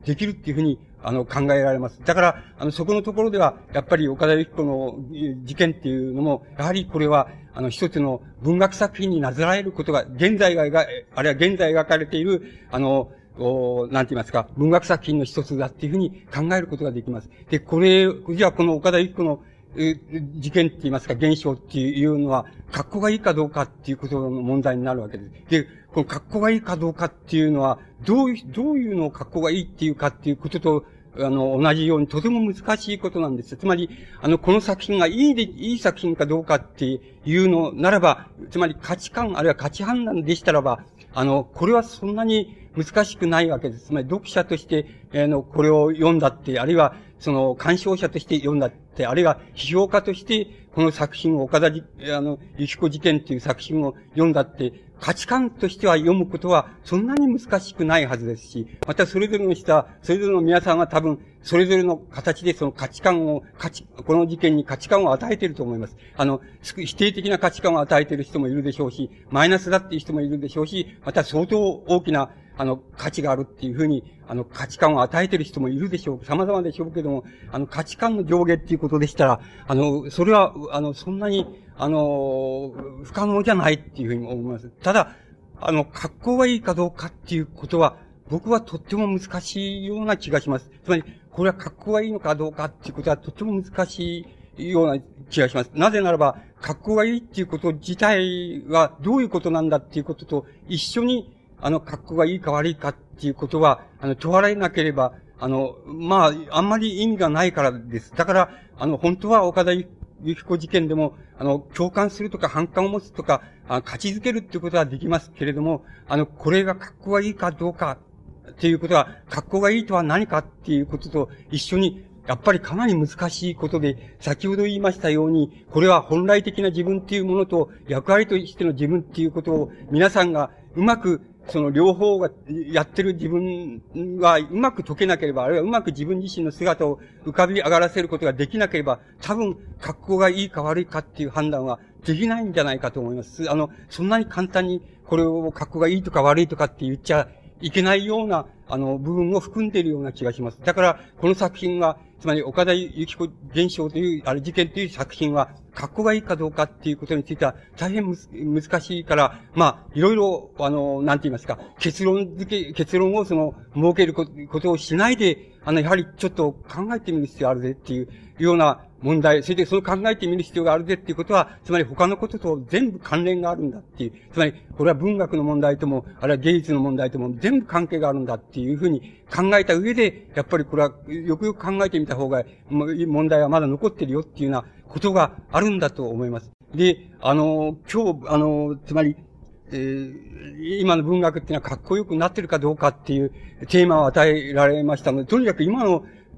できるっていうふうに、考えられます。だから、そこのところでは、やっぱり岡田由紀子の事件っていうのも、やはりこれは、一つの文学作品になぞらえることが、あるいは現在描かれている、なんて言いますか、文学作品の一つだっていうふうに考えることができます。で、じゃあこの岡田由紀子の、事件って言いますか、現象っていうのは、格好がいいかどうかっていうことの問題になるわけです。で、この格好がいいかどうかっていうのは、どういうのを格好がいいっていうかっていうことと、同じようにとても難しいことなんです。つまり、この作品がいい作品かどうかっていうのならば、つまり価値観、あるいは価値判断でしたらば、これはそんなに難しくないわけです。つまり、読者として、これを読んだって、あるいは、鑑賞者として読んだって、あるいは批評家として、この作品を、岡田由紀子事件っていう作品を読んだって、価値観としては読むことはそんなに難しくないはずですし、またそれぞれの皆さんは多分、それぞれの形でその価値観を、この事件に価値観を与えていると思います。否定的な価値観を与えている人もいるでしょうし、マイナスだっていう人もいるでしょうし、また相当大きな、価値があるっていうふうに、価値観を与えている人もいるでしょう。様々でしょうけども、価値観の上下っていうことでしたら、それは、そんなに、不可能じゃないっていうふうに思います。ただ、格好がいいかどうかっていうことは、僕はとっても難しいような気がします。つまり、これは格好がいいのかどうかっていうことはとっても難しいような気がします。なぜならば、格好がいいっていうこと自体はどういうことなんだっていうことと一緒に、格好がいいか悪いかっていうことは、問われなければ、あんまり意味がないからです。だから、本当は岡田由紀子事件でも、共感するとか反感を持つとか、価値づけるっていうことはできますけれども、これが格好がいいかどうかっていうことは、格好がいいとは何かっていうことと一緒に、やっぱりかなり難しいことで、先ほど言いましたように、これは本来的な自分っていうものと、役割としての自分っていうことを、皆さんがうまく、その両方がやってる自分がうまく解けなければ、あるいはうまく自分自身の姿を浮かび上がらせることができなければ、多分、格好がいいか悪いかっていう判断はできないんじゃないかと思います。そんなに簡単にこれを格好がいいとか悪いとかって言っちゃいけないような、部分を含んでいるような気がします。だから、この作品は、つまり岡田由紀子現象という、事件という作品は、格好がいいかどうかっていうことについては、大変難しいから、いろいろ、なんて言いますか、結論を設けることをしないで、やはりちょっと考えてみる必要あるぜっていうような問題、それでその考えてみる必要があるぜっていうことは、つまり他のことと全部関連があるんだっていう、つまりこれは文学の問題とも、あるいは芸術の問題とも全部関係があるんだっていうふうに考えた上で、やっぱりこれはよくよく考えてみた方が、問題はまだ残ってるよっていうようなことがあるんだと思います。で、今日、つまり、今の文学っていうのはかっこよくなってるかどうかっていうテーマを与えられましたので、とにかく今、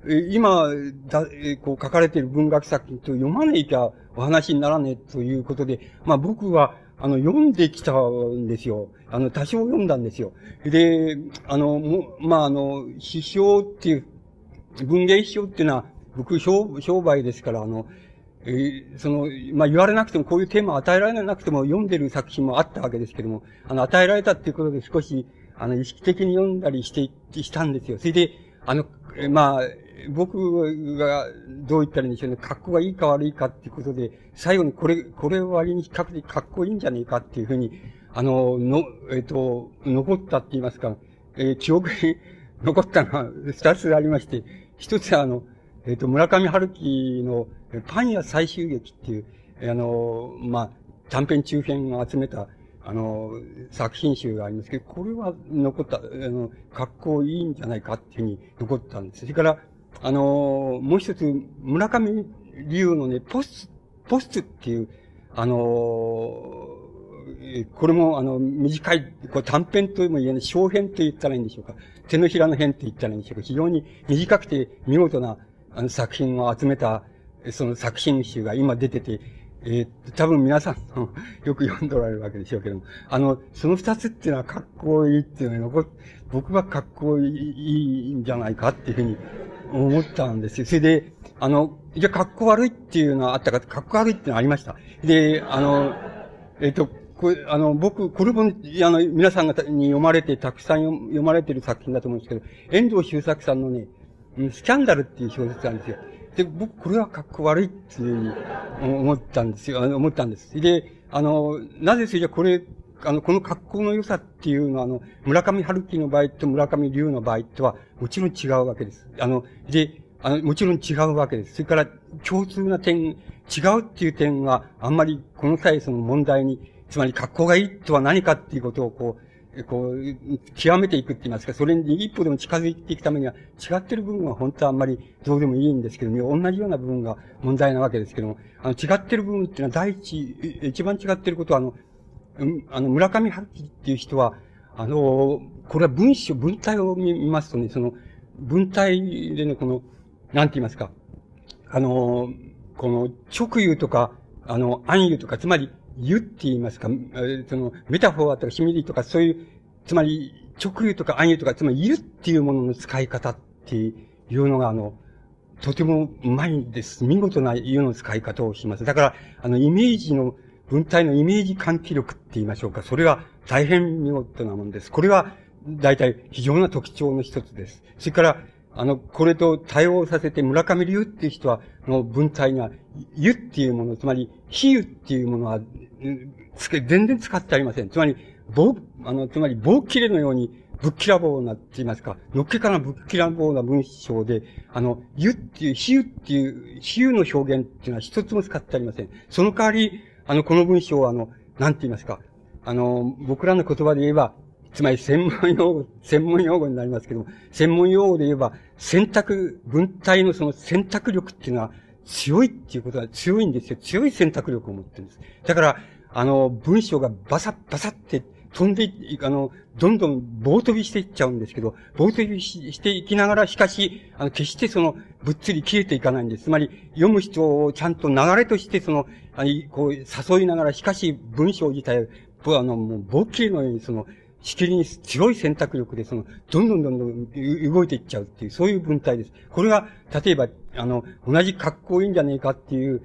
書かれている文学作品と読まねきゃお話にならねえということで、僕は、読んできたんですよ。多少読んだんですよ。で、批評っていう、文芸批評っていうのは、僕、商売ですから、言われなくても、こういうテーマを与えられなくても読んでる作品もあったわけですけども、与えられたっていうことで少し、意識的に読んだりしたんですよ。それで、僕がどう言ったらいいんでしょうね、格好がいいか悪いかっていうことで、最後にこれを割に比較的格好いいんじゃねえかっていうふうに、残ったって言いますか、記憶に残ったのが二つありまして、一つは村上春樹のパン屋最終劇っていう、短編中編を集めた、作品集がありますけど、これは残った、格好いいんじゃないかっていうふうに残ったんです。それから、もう一つ、村上龍のね、ポストっていう、これも短い、短編とも言えない、小編と言ったらいいんでしょうか。手のひらの編と言ったらいいんでしょうか。非常に短くて見事な、作品を集めた、その作品集が今出てて、多分皆さんよく読んでおられるわけでしょうけども、その二つっていうのはかっこいいっていうのは、僕はかっこいいんじゃないかっていうふうに思ったんですよ。それで、じゃあかっこ悪いっていうのはあったか、かっこ悪いっていうのはありました。で、 僕、これも、皆さん方に読まれて、たくさん読まれている作品だと思うんですけど、遠藤周作さんのね、スキャンダルっていう小説なんですよ。で、僕、これはかっこ悪いっていうふうに思ったんですよ。思ったんです。で、なぜそれじゃこれ、この格好の良さっていうのは、村上春樹の場合と村上龍の場合とは、もちろん違うわけです。もちろん違うわけです。それから、共通な点、違うっていう点は、あんまり、この際その問題に、つまり格好がいいとは何かっていうことを極めていくって言いますか、それに一歩でも近づいていくためには、違ってる部分は本当はあんまりどうでもいいんですけども、同じような部分が問題なわけですけども、違ってる部分っていうのは一番違ってることは、村上春樹っていう人は、これは文体を見ますとね、その、文体でね、なんて言いますか、この、直喩とか、暗喩とか、つまり、言って言いますか、メタフォーとかシミリとか、そういう、つまり、直喩とか暗喩とか、つまり、言っていうものの使い方っていうのが、とてもうまいんです。見事な言うの使い方をします。だから、イメージの、文体のイメージ喚起力って言いましょうか。それは大変見事なものです。これは、大体、非常な特徴の一つです。それから、これと対応させて村上龍っていう人は、文体には、湯っていうもの、つまり、比喩っていうものは、全然使ってありません。つまり、棒切れのように、ぶっきらぼうなって言いますか、のっけからぶっきらぼうな文章で、湯っていう、比喩の表現っていうのは一つも使ってありません。その代わり、この文章はなんて言いますか、僕らの言葉で言えば、つまり専門用語になりますけども、専門用語で言えば、文体のその選択力っていうのは強いっていうことは強いんですよ。強い選択力を持ってるんです。だから、文章がバサって飛んで、どんどん棒飛びしていっちゃうんですけど、棒飛びしていきながら、しかし、決してぶっつり切れていかないんです。つまり、読む人をちゃんと流れとして、誘いながら、しかし、文章自体、もう棒切れのように、しきりに強い選択力で、どんどん動いていっちゃうっていう、そういう文体です。これが、例えば、同じ格好いいんじゃねえかっていう、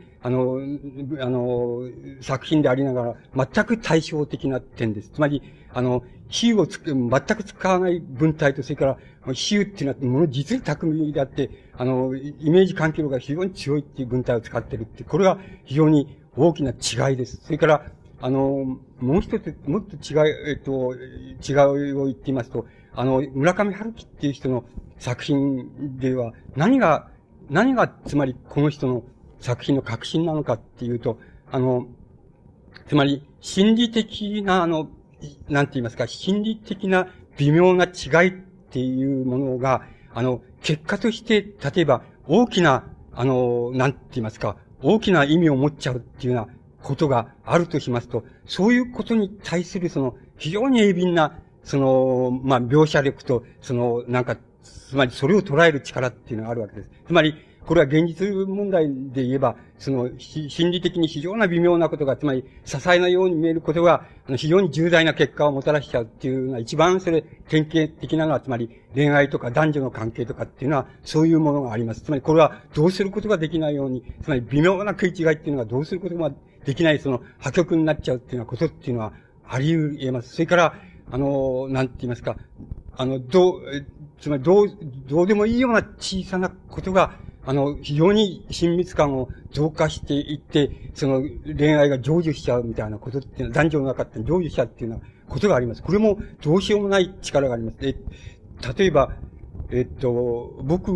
作品でありながら、全く対照的な点です。つまり、比喩を全く使わない文体と、それから、比喩っていうのは、実に巧みであって、イメージ環境が非常に強いっていう文体を使ってるって、これが非常に大きな違いです。それから、もう一つ、もっと違いを言ってみますと、村上春樹っていう人の作品では、何が、つまりこの人の作品の核心なのかっていうと、つまり、心理的な、なんて言いますか、心理的な微妙な違いっていうものが、結果として、例えば、大きな、なんて言いますか、大きな意味を持っちゃうっていうようなことがあるとしますと、そういうことに対する非常に鋭敏な、描写力と、つまりそれを捉える力っていうのがあるわけです。つまり、これは現実問題で言えば、心理的に非常な微妙なことが、つまり、些細なように見えることが、非常に重大な結果をもたらしちゃうっていうのは、一番典型的なのは、つまり、恋愛とか男女の関係とかっていうのは、そういうものがあります。つまり、これはどうすることができないように、つまり、微妙な食い違いっていうのがどうすることができない、破局になっちゃうっていうようなことっていうのは、あり得ます。それから、なんて言いますか、つまり、どうでもいいような小さなことが、非常に親密感を増加していって、恋愛が成就しちゃうみたいなことっていうのは、男女の中って成就しちゃうっていうようなことがあります。これもどうしようもない力があります。例えば、僕、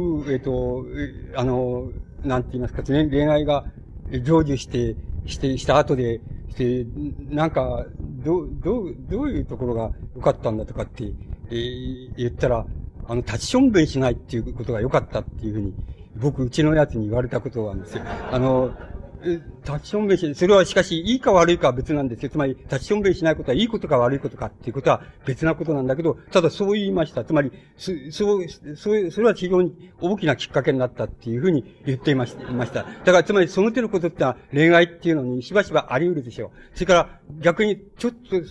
なんて言いますか、恋愛が成就した後で、なんか、どういうところが良かったんだとかって、言ったら、立ちしょんべんしないっていうことが良かったっていうふうに、僕、うちのやつに言われたことがあるんですよ。立ちしょんべんしない。それはしかし、いいか悪いかは別なんですよ。つまり、立ちしょんべんしないことはいいことか悪いことかっていうことは別なことなんだけど、ただそう言いました。つまり、それは非常に大きなきっかけになったっていうふうに言っていました。だから、つまり、その手のことってのは恋愛っていうのにしばしばあり得るでしょう。それから、逆に、ちょっと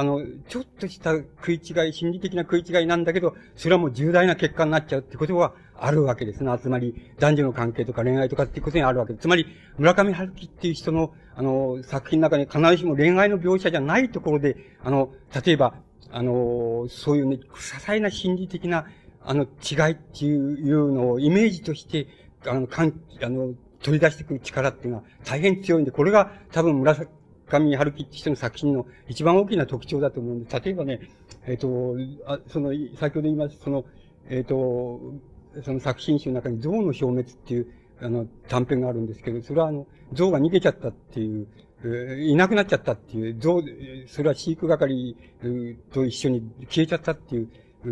した心理的な食い違いなんだけど、それはもう重大な結果になっちゃうってことはあるわけですね。つまり、男女の関係とか恋愛とかっていうことにあるわけです。つまり、村上春樹っていう人の、作品の中に必ずしも恋愛の描写じゃないところで、例えば、そういうね、些細な心理的な、違いっていうのをイメージとして、取り出してくる力っていうのは大変強いんで、これが多分村上春樹って人の作品の一番大きな特徴だと思うんで、例えばね、先ほど言いました、その作品集の中に象の消滅っていう、短編があるんですけど、それは象が逃げちゃったっていう、いなくなっちゃったっていう、それは飼育係と一緒に消えちゃったっていう、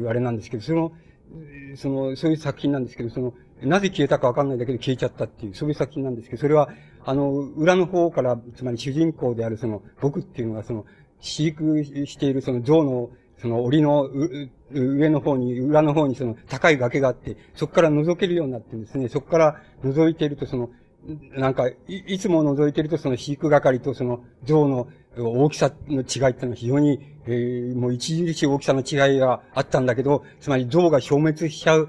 あれなんですけど、そういう作品なんですけど、なぜ消えたかわかんないだけで消えちゃったっていう、そういう作品なんですけど、それは、裏の方から、つまり主人公である僕っていうのが飼育している象の、檻の上の方に、裏の方に高い崖があって、そこから覗けるようになってるんですね。そこから覗いているとなんか、いつも覗いていると飼育係と象の大きさの違いっていうのは非常に、もう著しい大きさの違いがあったんだけど、つまり象が消滅しちゃう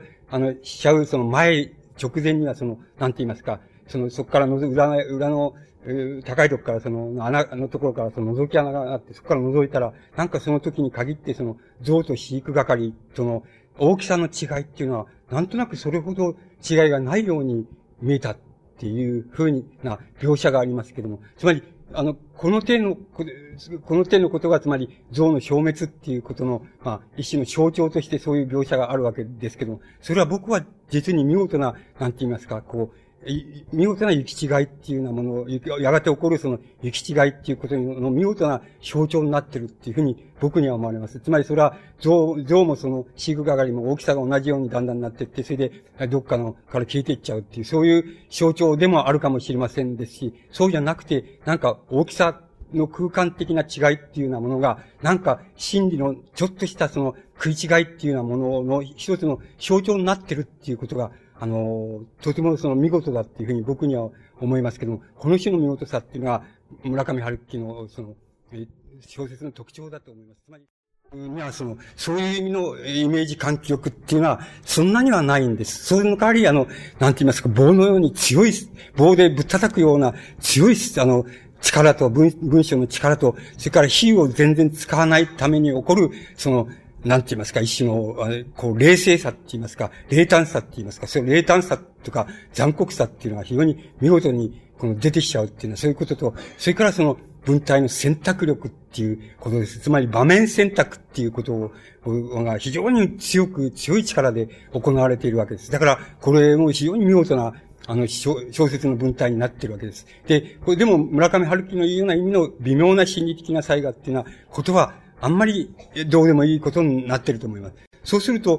直前にはなんて言いますか、そこから裏の、高いとこから穴のところから覗き穴があって、そこから覗いたら、なんかその時に限って象と飼育係との大きさの違いっていうのは、なんとなくそれほど違いがないように見えたっていう風な描写がありますけども、つまり、この点のことが、つまり、象の消滅っていうことの、一種の象徴としてそういう描写があるわけですけども、それは僕は実に見事な、なんて言いますか、見事な行き違いっていうようなものを、やがて起こる行き違いっていうことの見事な象徴になってるっていうふうに僕には思われます。つまりそれは、象も飼育係も大きさが同じようにだんだんなっていって、それで、どっかから消えていっちゃうっていう、そういう象徴でもあるかもしれませんですし、そうじゃなくて、なんか大きさの空間的な違いっていうようなものが、なんか心理のちょっとした食い違いっていうようなものの一つの象徴になってるっていうことが、とても見事だっていうふうに僕には思いますけども、この種の見事さっていうのは、村上春樹の小説の特徴だと思います。つまり、にはそういう意味のイメージ喚起力っていうのは、そんなにはないんです。それの代わり、なんて言いますか、棒のように強い、棒でぶったたくような強い、力と、文章の力と、それから比喩を全然使わないために起こる、なんて言いますか、一種の、冷静さって言いますか、冷淡さって言いますか、その冷淡さとか残酷さっていうのが非常に見事に、出てきちゃうっていうのはそういうことと、それから文体の選択力っていうことです。つまり場面選択っていうことが非常に強い力で行われているわけです。だから、これも非常に見事な、小説の文体になっているわけです。で、これでも村上春樹の言うような意味の微妙な心理的な差異がっていうのは、ことは、あんまりどうでもいいことになっていると思います。そうすると、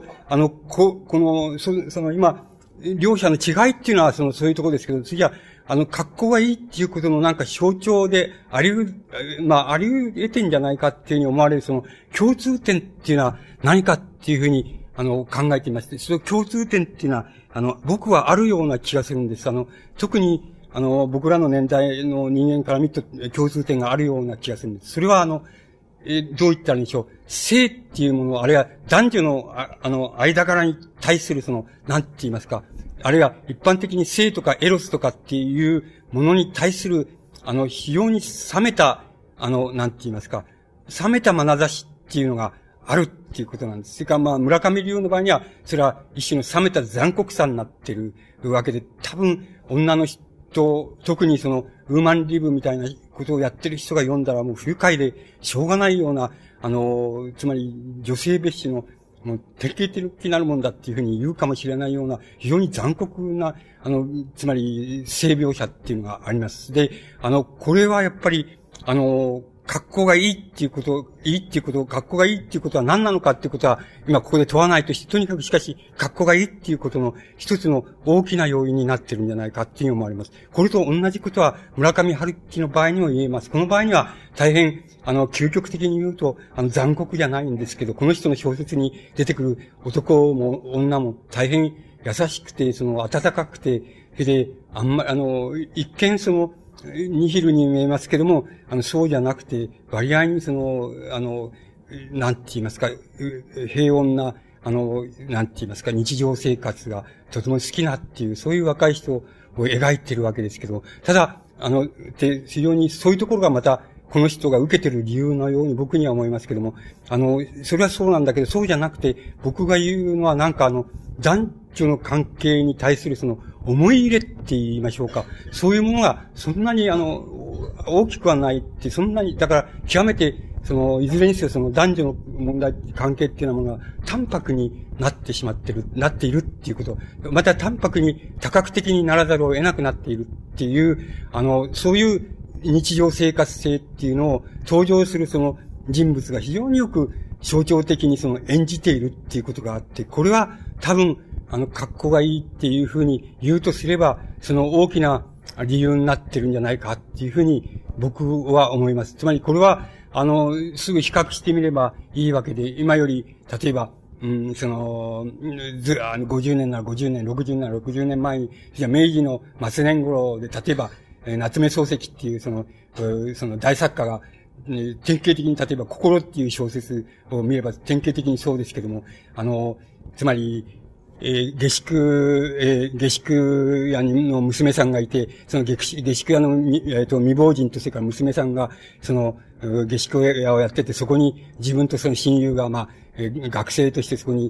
今、両者の違いっていうのはそういうところですけど、次は、格好がいいっていうことのなんか象徴であり得てんじゃないかっていうふうに思われる共通点っていうのは何かっていうふうに、考えていまして、その共通点っていうのは、僕はあるような気がするんです。特に、僕らの年代の人間から見ると共通点があるような気がするんです。それはどう言ったらいいんでしょう。性っていうもの、あるいは男女の、間柄に対するなんて言いますか。あるいは一般的に性とかエロスとかっていうものに対する、非常に冷めた、なんて言いますか。冷めた眼差しっていうのがあるっていうことなんです。それから村上龍の場合には、それは一種の冷めた残酷さになっているわけで、多分、女の人、特にウーマンリブみたいなことをやってる人が読んだらもう不愉快でしょうがないような、つまり女性蔑視の、もう典型的なるもんだっていうふうに言うかもしれないような、非常に残酷な、つまり性描写っていうのがあります。で、これはやっぱり、格好がいいっていうこと、格好がいいっていうことは何なのかっていうことは、今ここで問わないとして、とにかくしかし、格好がいいっていうことの一つの大きな要因になってるんじゃないかっていうふうに思われます。これと同じことは、村上春樹の場合にも言えます。この場合には、大変、究極的に言うと、残酷じゃないんですけど、この人の小説に出てくる男も女も大変優しくて、温かくて、それで、一見ニヒルに見えますけども、そうじゃなくて、割合になんて言いますか、平穏な、 なんて言いますか、日常生活がとても好きなっていう、そういう若い人を描いてるわけですけど、ただ、非常にそういうところがまた、この人が受けてる理由のように僕には思いますけども、それはそうなんだけど、そうじゃなくて、僕が言うのはなんか男女の関係に対するその思い入れって言いましょうか。そういうものがそんなに大きくはないって、そんなに、だから極めて、いずれにせよ男女の問題、関係っていうようなものが淡白になっているっていうこと。また淡白に多角的にならざるを得なくなっているっていう、そういう日常生活性っていうのを登場する人物が非常によく象徴的に演じているっていうことがあって、これは多分、格好がいいっていうふうに言うとすれば、大きな理由になってるんじゃないかっていうふうに僕は思います。つまりこれは、すぐ比較してみればいいわけで、今より、例えば、50年なら50年、60年なら60年前に、じゃ明治の末年頃で、例えば、夏目漱石っていう大作家が、典型的に例えば心っていう小説を見れば典型的にそうですけども、つまり、下宿屋の娘さんがいて、下宿屋の未亡人とそれから娘さんが、下宿屋をやってて、そこに自分とその親友が、学生としてそこに、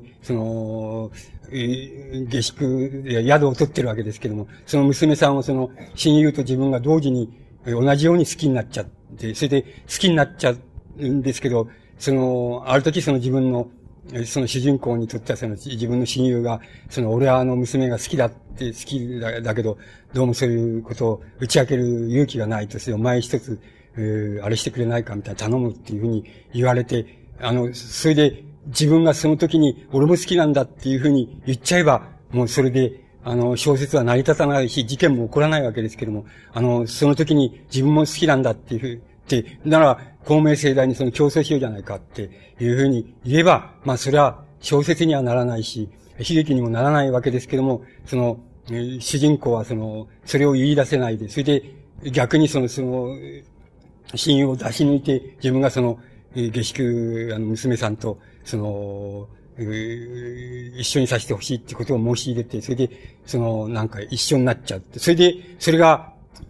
下宿、宿を取ってるわけですけども、その娘さんを親友と自分が同時に同じように好きになっちゃって、それで好きになっちゃうんですけど、ある時自分の、主人公にとっては自分の親友が、俺は娘が好きだけど、どうもそういうことを打ち明ける勇気がないとして、お前一つ、あれしてくれないかみたいな頼むっていうふうに言われて、それで自分がその時に俺も好きなんだっていうふうに言っちゃえば、もうそれで、小説は成り立たないし、事件も起こらないわけですけども、その時に自分も好きなんだっていうふうなら、公明正大に競争しようじゃないかっていうふうに言えば、それは小説にはならないし、悲劇にもならないわけですけども、主人公はそれを言い出せないで、それで逆に親友を出し抜いて、自分が下宿、娘さんと、一緒にさせてほしいってことを申し入れて、それで、なんか一緒になっちゃって、それで、それが、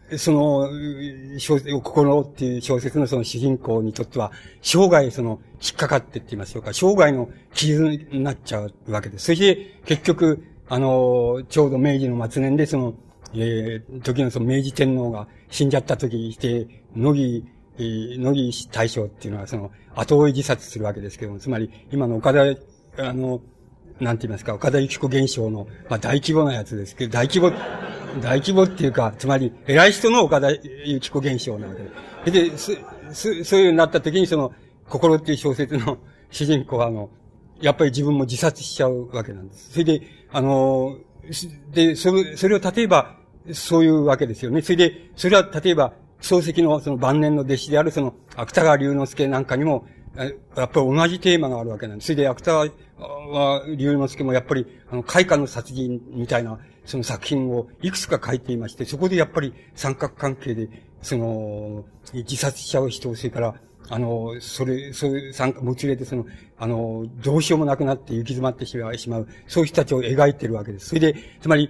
心っていう小説の主人公にとっては、生涯引っかかってって言いましょうか、生涯の傷になっちゃうわけです。それで、結局、ちょうど明治の末年で時の明治天皇が死んじゃった時にして、乃木大将っていうのは後追い自殺するわけですけども、つまり、今の岡田、なんて言いますか、岡田由紀子現象の、大規模なやつですけど、大規模っていうか、つまり、偉い人の岡田由紀子現象なわけで。で、そういう風になった時に心っていう小説の主人公はやっぱり自分も自殺しちゃうわけなんです。それで、それを例えば、そういうわけですよね。それで、それは例えば、漱石の晩年の弟子である芥川龍之介なんかにも、やっぱり同じテーマがあるわけなんです。それで、芥川龍之介もやっぱり、開花の殺人みたいな、作品をいくつか書いていまして、そこでやっぱり三角関係で、自殺しちゃう人、それから、そういうもつれてどうしようもなくなって行き詰まってしまう、そういう人たちを描いているわけです。それで、つまり、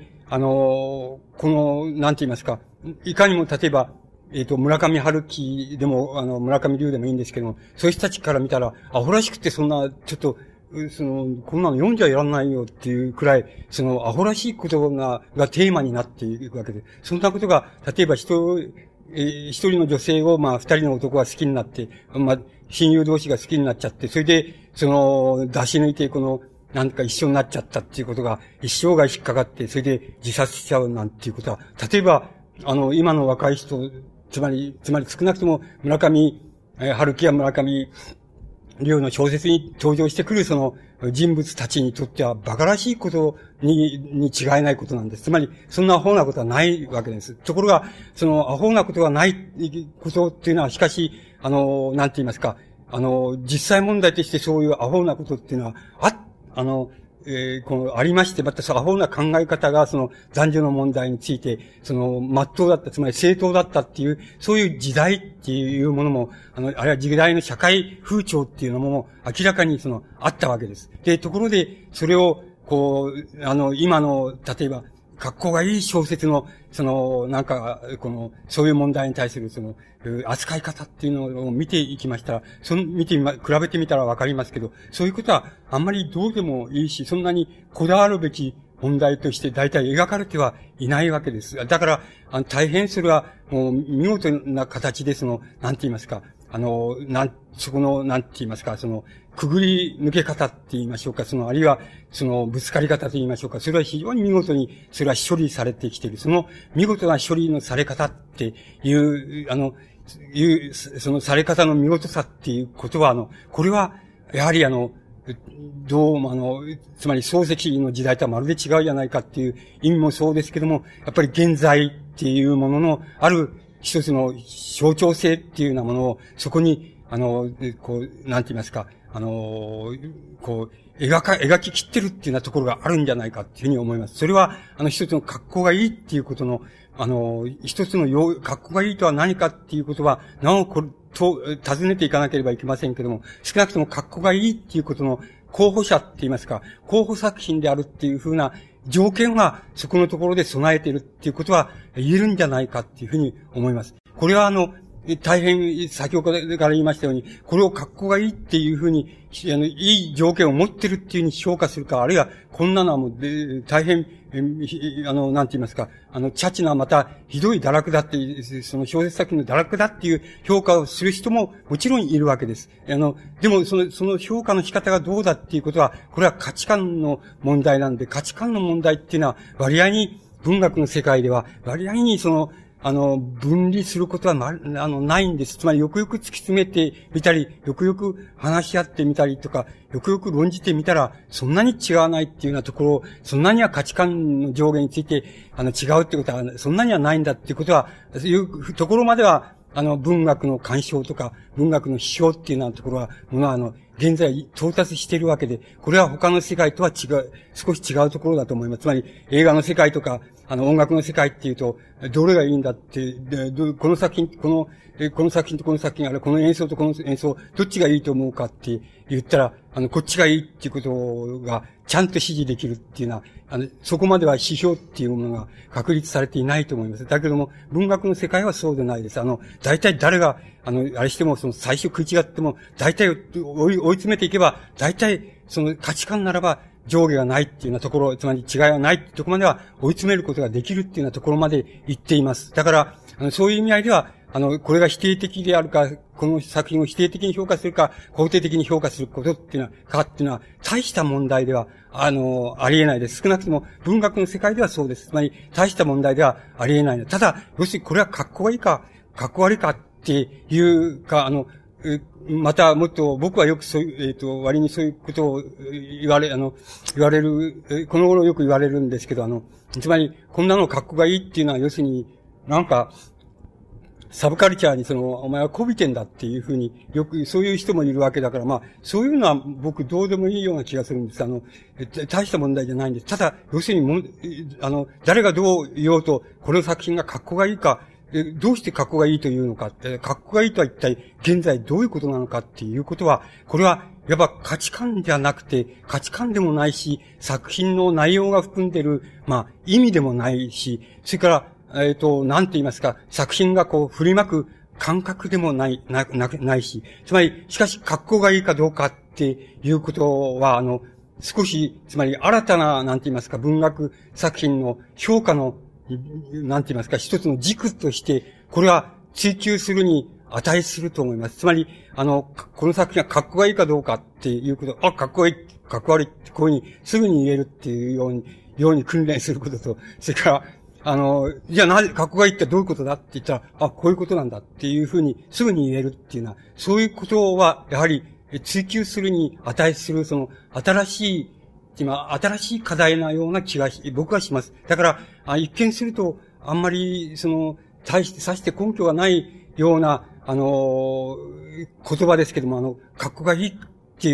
なんて言いますか、いかにも例えば、村上春樹でも、村上龍でもいいんですけども、そういう人たちから見たら、アホらしくてちょっと、こんなの読んじゃいらんないよっていうくらい、アホらしいことがテーマになっていくわけで、そんなことが、例えば一人の女性を、二人の男が好きになって、親友同士が好きになっちゃって、それで、出し抜いて、なんか一緒になっちゃったっていうことが、一生涯引っかかって、それで自殺しちゃうなんていうことは、例えば、今の若い人、つまり少なくとも村上春樹や村上龍の小説に登場してくる人物たちにとっては馬鹿らしいことに違いないことなんです。つまり、そんなアホなことはないわけです。ところが、アホなことがないことっていうのは、しかし、なんて言いますか、実際問題としてそういうアホなことっていうのは、 この、ありまして、またそのアホな考え方が、その、男女の問題について、その、真っ当だった、つまり正当だったっていう、そういう時代っていうものも、あるいは時代の社会風潮っていうのも、明らかにその、あったわけです。で、ところで、それを、こう、今の、例えば、格好がいい小説の、その、なんか、そういう問題に対する、その、扱い方っていうのを見ていきましたら、比べてみたらわかりますけど、そういうことはあんまりどうでもいいし、そんなにこだわるべき問題として大体描かれてはいないわけです。だから、大変それは、もう、見事な形で、その、なんて言いますか、そこの、なんて言いますか、その、くぐり抜け方って言いましょうか、あるいは、ぶつかり方と言いましょうか、それは非常に見事に、それは処理されてきている。その見事な処理のされ方っていう、そのされ方の見事さっていうことは、これは、やはりどうもつまり漱石の時代とはまるで違うじゃないかっていう意味もそうですけども、やっぱり現在っていうものの、ある一つの象徴性っていうようなものを、そこに、こう、なんて言いますか、こう、描き切ってるっていうようなところがあるんじゃないかっていうふうに思います。それは、一つの格好がいいっていうことの、一つの格好がいいとは何かっていうことは、なお尋ねていかなければいけませんけども、少なくとも格好がいいっていうことの候補者って言いますか、候補作品であるっていうふうな条件は、そこのところで備えているっていうことは言えるんじゃないかっていうふうに思います。これは大変、先ほどから言いましたように、これを格好がいいっていうふうに、いい条件を持ってるっていうふうに評価するか、あるいは、こんなのはもう、大変、なんて言いますか、チャチな、また、ひどい堕落だっていう、その小説作品の堕落だっていう評価をする人も、もちろんいるわけです。でも、その評価の仕方がどうだっていうことは、これは価値観の問題なんで、価値観の問題っていうのは、割合に、文学の世界では、割合に分離することはないんです。つまり、よくよく突き詰めてみたり、よくよく話し合ってみたりとか、よくよく論じてみたら、そんなに違わないっていうようなところ、そんなには価値観の上下について、違うってことは、そんなにはないんだっていうことは、いうところまでは、文学の干渉とか、文学の批評っていうようなところは、現在到達しているわけで、これは他の世界とは違う、少し違うところだと思います。つまり、映画の世界とか、音楽の世界っていうと、どれがいいんだって、この作品とこの作品、あるいはこの演奏とこの演奏、どっちがいいと思うかって言ったら、こっちがいいっていうことが、ちゃんと支持できるっていうのは、そこまでは指標っていうものが確立されていないと思います。だけども、文学の世界はそうでないです。大体誰が、あれしても、最初食い違っても、大体追い詰めていけば、大体、価値観ならば、上下がないっていうようなところ、つまり違いがないっていうところまでは追い詰めることができるっていうようなところまで行っています。だから、そういう意味合いでは、これが否定的であるか、この作品を否定的に評価するか、肯定的に評価することっていうのは、大した問題では、ありえないです。少なくとも文学の世界ではそうです。つまり、大した問題ではありえない。ただ、要するにこれは格好がいいか、格好悪いかっていうか、またもっと僕はよくそういう、割にそういうことを言われる、この頃よく言われるんですけど、つまり、こんなの格好がいいっていうのは、要するに、なんか、サブカルチャーにお前は媚びてんだっていうふうに、よく、そういう人もいるわけだから、まあ、そういうのは僕どうでもいいような気がするんです。大した問題じゃないんです。ただ、要するに誰がどう言おうと、この作品が格好がいいか、どうして格好がいいというのかって、格好がいいとは一体現在どういうことなのかっていうことは、これは、やっぱ価値観じゃなくて、価値観でもないし、作品の内容が含んでいる、まあ、意味でもないし、それから、なんて言いますか、作品がこう振りまく感覚でもないし、つまり、しかし格好がいいかどうかっていうことは、少し、つまり新たな、なんて言いますか、文学作品の評価の、なんて言いますか、一つの軸として、これは追求するに値すると思います。つまり、この作品が格好がいいかどうかっていうこと、格好がいい、格好悪いってこういうふうにすぐに言えるっていうように訓練することと、それから、じゃあ格好がいいってどういうことだって言ったら、こういうことなんだっていうふうにすぐに言えるっていうのは、そういうことは、やはり追求するに値する、新しい課題なような気が僕はします。だから、一見すると、あんまり、さして根拠がないような、言葉ですけども、格好がいいっていう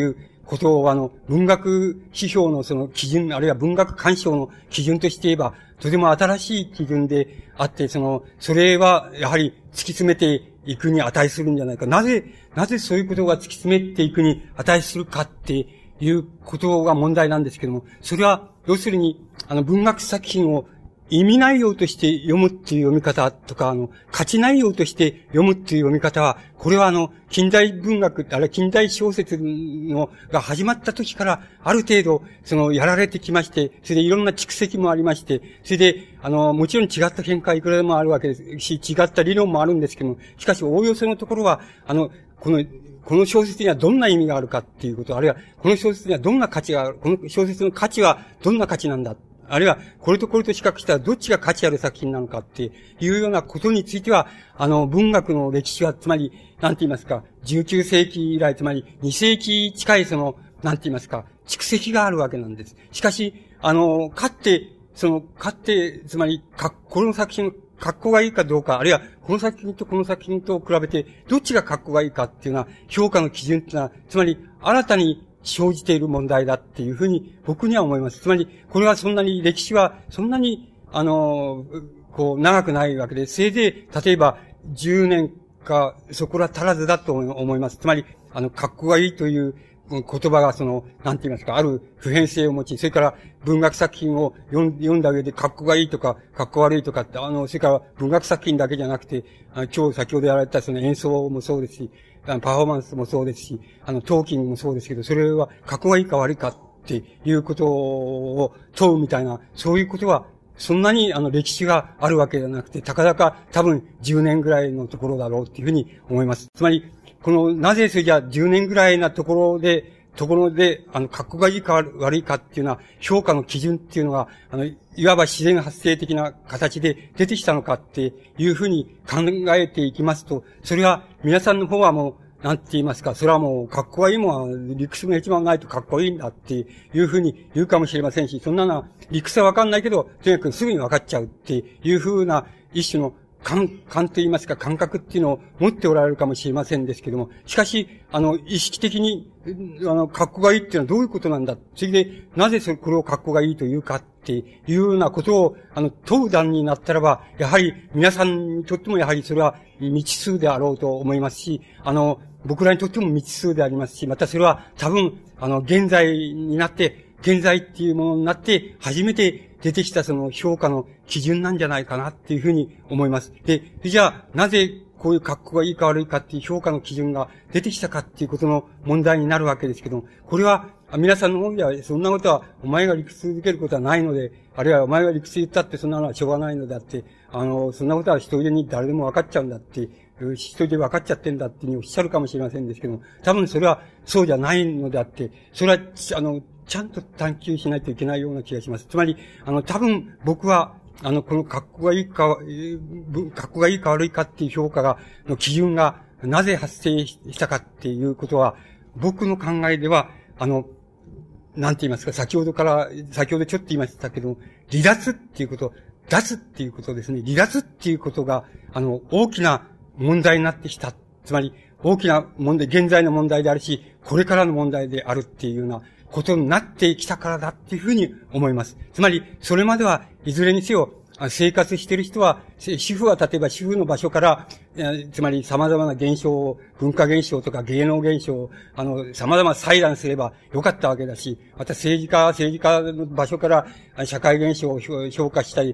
ことを文学指標のその基準、あるいは文学鑑賞の基準として言えば、とても新しい基準であって、それはやはり突き詰めていくに値するんじゃないか。なぜそういうことが突き詰めていくに値するかっていうことが問題なんですけども、それは、要するに、文学作品を意味内容として読むっていう読み方とか、価値内容として読むっていう読み方は、これは近代文学、あるいは近代小説が始まった時から、ある程度、やられてきまして、それでいろんな蓄積もありまして、それで、もちろん違った見解いくらでもあるわけですし、違った理論もあるんですけども、しかし、おおよそのところは、この小説にはどんな意味があるかっていうこと、あるいは、この小説にはどんな価値がある、この小説の価値はどんな価値なんだ。あるいは、これとこれと比較したらどっちが価値ある作品なのかっていうようなことについては、文学の歴史は、つまり、なんて言いますか、19世紀以来、つまり2世紀近いなんて言いますか、蓄積があるわけなんです。しかし、かって、つまり、この作品、格好がいいかどうか、あるいは、この作品とこの作品と比べて、どっちが格好がいいかっていうような評価の基準っていうのは、つまり、新たに生じている問題だっていうふうに僕には思います。つまり、これはそんなに、歴史はそんなに、長くないわけで、せいぜい、例えば、10年か、そこら足らずだと思います。つまり、格好がいいという言葉がなんて言いますか、ある普遍性を持ち、それから文学作品を読んだ上で格好がいいとか、格好悪いとかって、それから文学作品だけじゃなくて、今日先ほどやられた演奏もそうですし、パフォーマンスもそうですし、トーキングもそうですけど、それは格好がいいか悪いかっていうことを問うみたいな、そういうことは、そんなに歴史があるわけじゃなくて、たかだか多分10年ぐらいのところだろうっていうふうに思います。つまり、なぜそれじゃ10年ぐらいなところで、格好がいいか悪いかっていうのは、評価の基準っていうのが、いわば自然発生的な形で出てきたのかっていうふうに考えていきますと、それは皆さんの方はもう、なんて言いますか、それはもう格好がいいもんは理屈が一番ないと格好いいんだっていうふうに言うかもしれませんし、そんなのは理屈はわかんないけど、とにかくすぐにわかっちゃうっていうふうな一種の感と言いますか、感覚っていうのを持っておられるかもしれませんですけども、しかし、意識的に、格好がいいっていうのはどういうことなんだ。それで、なぜこれを格好がいいというかっていうようなことを、問う段になったらば、やはり、皆さんにとってもやはりそれは未知数であろうと思いますし、僕らにとっても未知数でありますし、またそれは多分、現在っていうものになって、初めて出てきた評価の基準なんじゃないかなっていうふうに思います。で、じゃあ、なぜこういう格好がいいか悪いかっていう評価の基準が出てきたかっていうことの問題になるわけですけども、これは皆さんの方ではそんなことはお前が理屈続けることはないので、あるいはお前が理屈言ったってそんなのはしょうがないのであって、そんなことは一人でに誰でも分かっちゃうんだって、一人で分かっちゃってんだっていうふうにおっしゃるかもしれませんですけども、多分それはそうじゃないのであって、それはちゃんと探求しないといけないような気がします。つまり、多分僕は、この格好がいいか悪いかっていう評価の基準がなぜ発生したかっていうことは、僕の考えでは、なんて言いますか、先ほどちょっと言いましたけど、離脱っていうこと、脱っていうことですね。離脱っていうことが、大きな問題になってきた。つまり、大きな問題、現在の問題であるし、これからの問題であるっていうようなことになってきたからだっていうふうに思います。つまり、それまではいずれにせよ、生活している人は、主婦は例えば主婦の場所から、つまり様々な現象、文化現象とか芸能現象を、様々裁断すればよかったわけだし、また政治家の場所から社会現象を評価したり、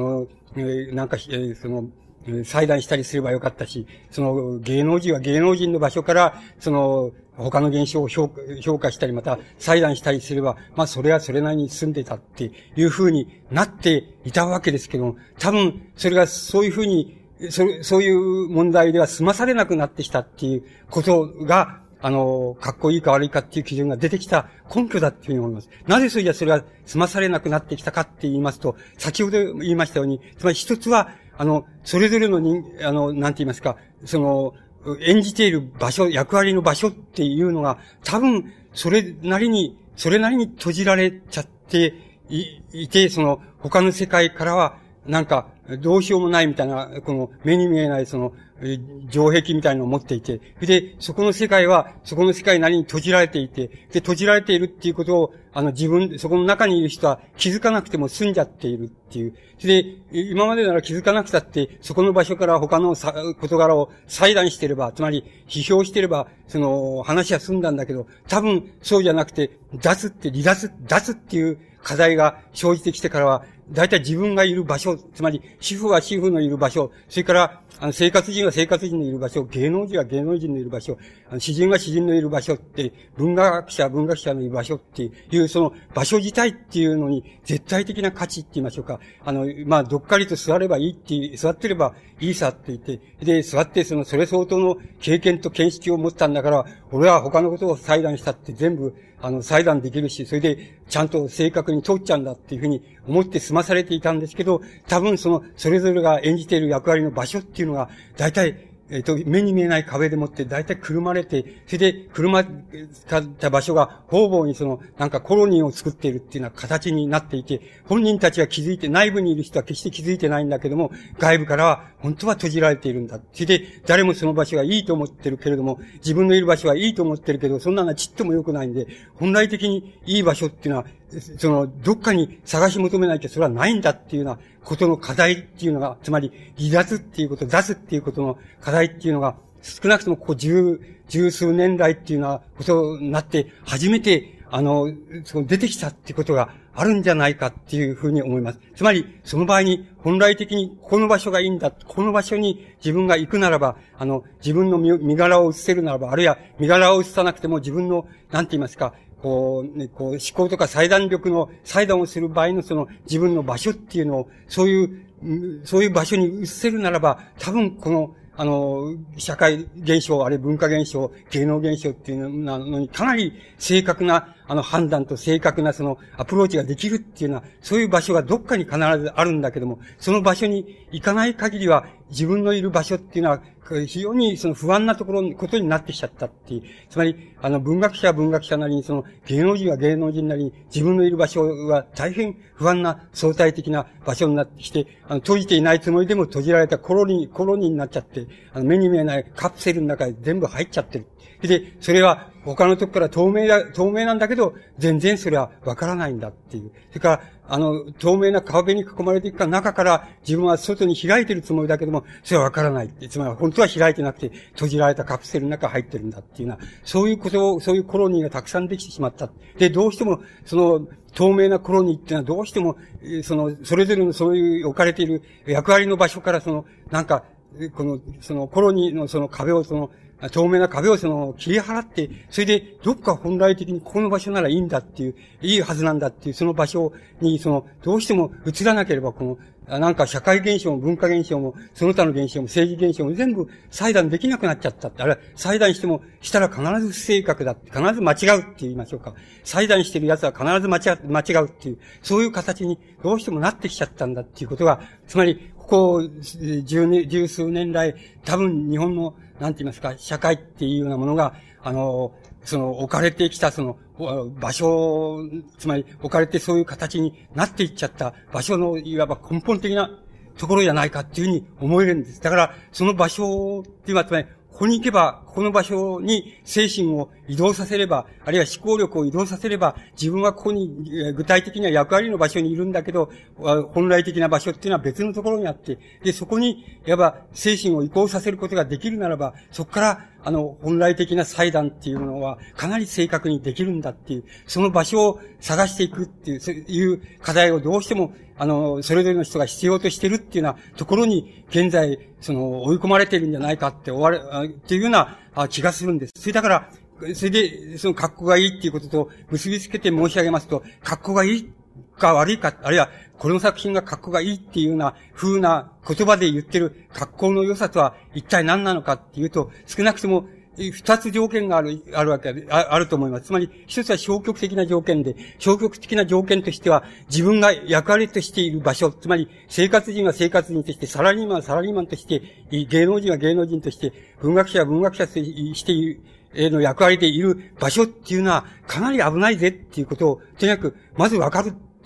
裁断したりすればよかったし、芸能人は芸能人の場所から、他の現象を評価したり、また裁断したりすれば、まあ、それはそれなりに進んでたっていう風になっていたわけですけども、多分、それがそういう風に、そういう問題では済まされなくなってきたっていうことが、かっこいいか悪いかっていう基準が出てきた根拠だっていうふうに思います。なぜそれが済まされなくなってきたかって言いますと、先ほど言いましたように、つまり一つは、それぞれのなんて言いますか、演じている場所、役割の場所っていうのが、多分、それなりに閉じられちゃっていて、他の世界からは、 なんか、どうしようもないみたいな、この目に見えない城壁みたいなのを持っていて、で、そこの世界なりに閉じられていて、で、閉じられているっていうことを、そこの中にいる人は気づかなくても済んじゃっているっていう。で、今までなら気づかなくたって、そこの場所から他の事柄を裁断していれば、つまり批評していれば、話は済んだんだけど、多分そうじゃなくて、脱っていう課題が生じてきてからは、大体自分がいる場所、つまり、主婦は主婦のいる場所、それから、生活人は生活人のいる場所、芸能人は芸能人のいる場所、詩人は詩人のいる場所って、文学者は文学者のいる場所っていう、その場所自体っていうのに絶対的な価値って言いましょうか。どっかりと座ればいいっていう、座ってればいいさって言って、で、座ってそれ相当の経験と見識を持ったんだから、俺は他のことを裁断したって全部、裁断できるし、それで、ちゃんと正確に通っちゃうんだっていうふうに思って済まされていたんですけど、多分それぞれが演じている役割の場所っていうのが、大体、目に見えない壁でもって、大体くるまれて、それで、くるまった場所が、方々になんかコロニーを作っているっていうような形になっていて、本人たちは気づいて、内部にいる人は決して気づいてないんだけども、外部からは、本当は閉じられているんだ。それで、誰もその場所がいいと思ってるけれども、自分のいる場所はいいと思ってるけど、そんなのはちっとも良くないんで、本来的にいい場所っていうのは、どっかに探し求めないとそれはないんだっていうようなことの課題っていうのが、つまり離脱っていうこと、脱っていうことの課題っていうのが、少なくともここ十数年来っていうようなことになって、初めて、出てきたっていうことがあるんじゃないかっていうふうに思います。つまり、その場合に、本来的にこの場所がいいんだ、この場所に自分が行くならば、自分の身柄を移せるならば、あるいは身柄を移さなくても自分の、なんて言いますか、思考とか裁断力の裁断をする場合の自分の場所っていうのを、そういう場所に移せるならば、多分この、社会現象、あるいは文化現象、芸能現象っていうのにかなり正確な、判断と正確なアプローチができるっていうのは、そういう場所がどっかに必ずあるんだけども、その場所に行かない限りは、自分のいる場所っていうのは、非常に不安なことになってきちゃったっていう。つまり、文学者は文学者なりに、芸能人は芸能人なりに、自分のいる場所は大変不安な相対的な場所になってきて、閉じていないつもりでも閉じられたコロニーになっちゃって、目に見えないカプセルの中で全部入っちゃってる。で、それは他のとこから透明なんだけど、全然それはわからないんだっていう。それから、透明な壁に囲まれていくから中から自分は外に開いてるつもりだけども、それはわからないって。つまり本当は開いてなくて閉じられたカプセルの中に入ってるんだっていうような、そういうコロニーがたくさんできてしまった。で、どうしても、透明なコロニーっていうのはどうしても、それぞれのそういう置かれている役割の場所からなんか、コロニーの壁を透明な壁を切り払って、それでどっか本来的にこの場所ならいいんだっていう、いいはずなんだっていうその場所にどうしても移らなければなんか社会現象も文化現象も、その他の現象も政治現象も全部裁断できなくなっちゃったって。あれは裁断したら必ず不正確だって、必ず間違うって言いましょうか。裁断してる奴は必ず間違うっていう、そういう形にどうしてもなってきちゃったんだっていうことが、つまり、ここ十数年来、多分日本の、なんて言いますか、社会っていうようなものが、置かれてきた場所、つまり置かれてそういう形になっていっちゃった場所の、いわば根本的なところじゃないかっていうふうに思えるんです。だから、その場所っていうのは、つまり、ここに行けば、この場所に精神を移動させれば、あるいは思考力を移動させれば、自分はここに、具体的には役割の場所にいるんだけど、本来的な場所っていうのは別のところにあって、で、そこに、いわば精神を移行させることができるならば、そこから、本来的な裁断っていうものは、かなり正確にできるんだっていう、その場所を探していくっていう、そういう課題をどうしても、それぞれの人が必要としているっていうようなところに、現在、追い込まれているんじゃないかっていうような気がするんです。それで、格好がいいっていうことと結びつけて申し上げますと、格好がいいか悪いか、あるいは、この作品が格好がいいっていうような風な言葉で言ってる格好の良さとは一体何なのかっていうと、少なくとも二つ条件があると思います。つまり、一つは消極的な条件で、消極的な条件としては、自分が役割としている場所、つまり、生活人は生活人として、サラリーマンはサラリーマンとして、芸能人は芸能人として、文学者は文学者としている、の役割でいる場所っていうのは、かなり危ないぜっていうことを、とにかく、まずわかるっていう、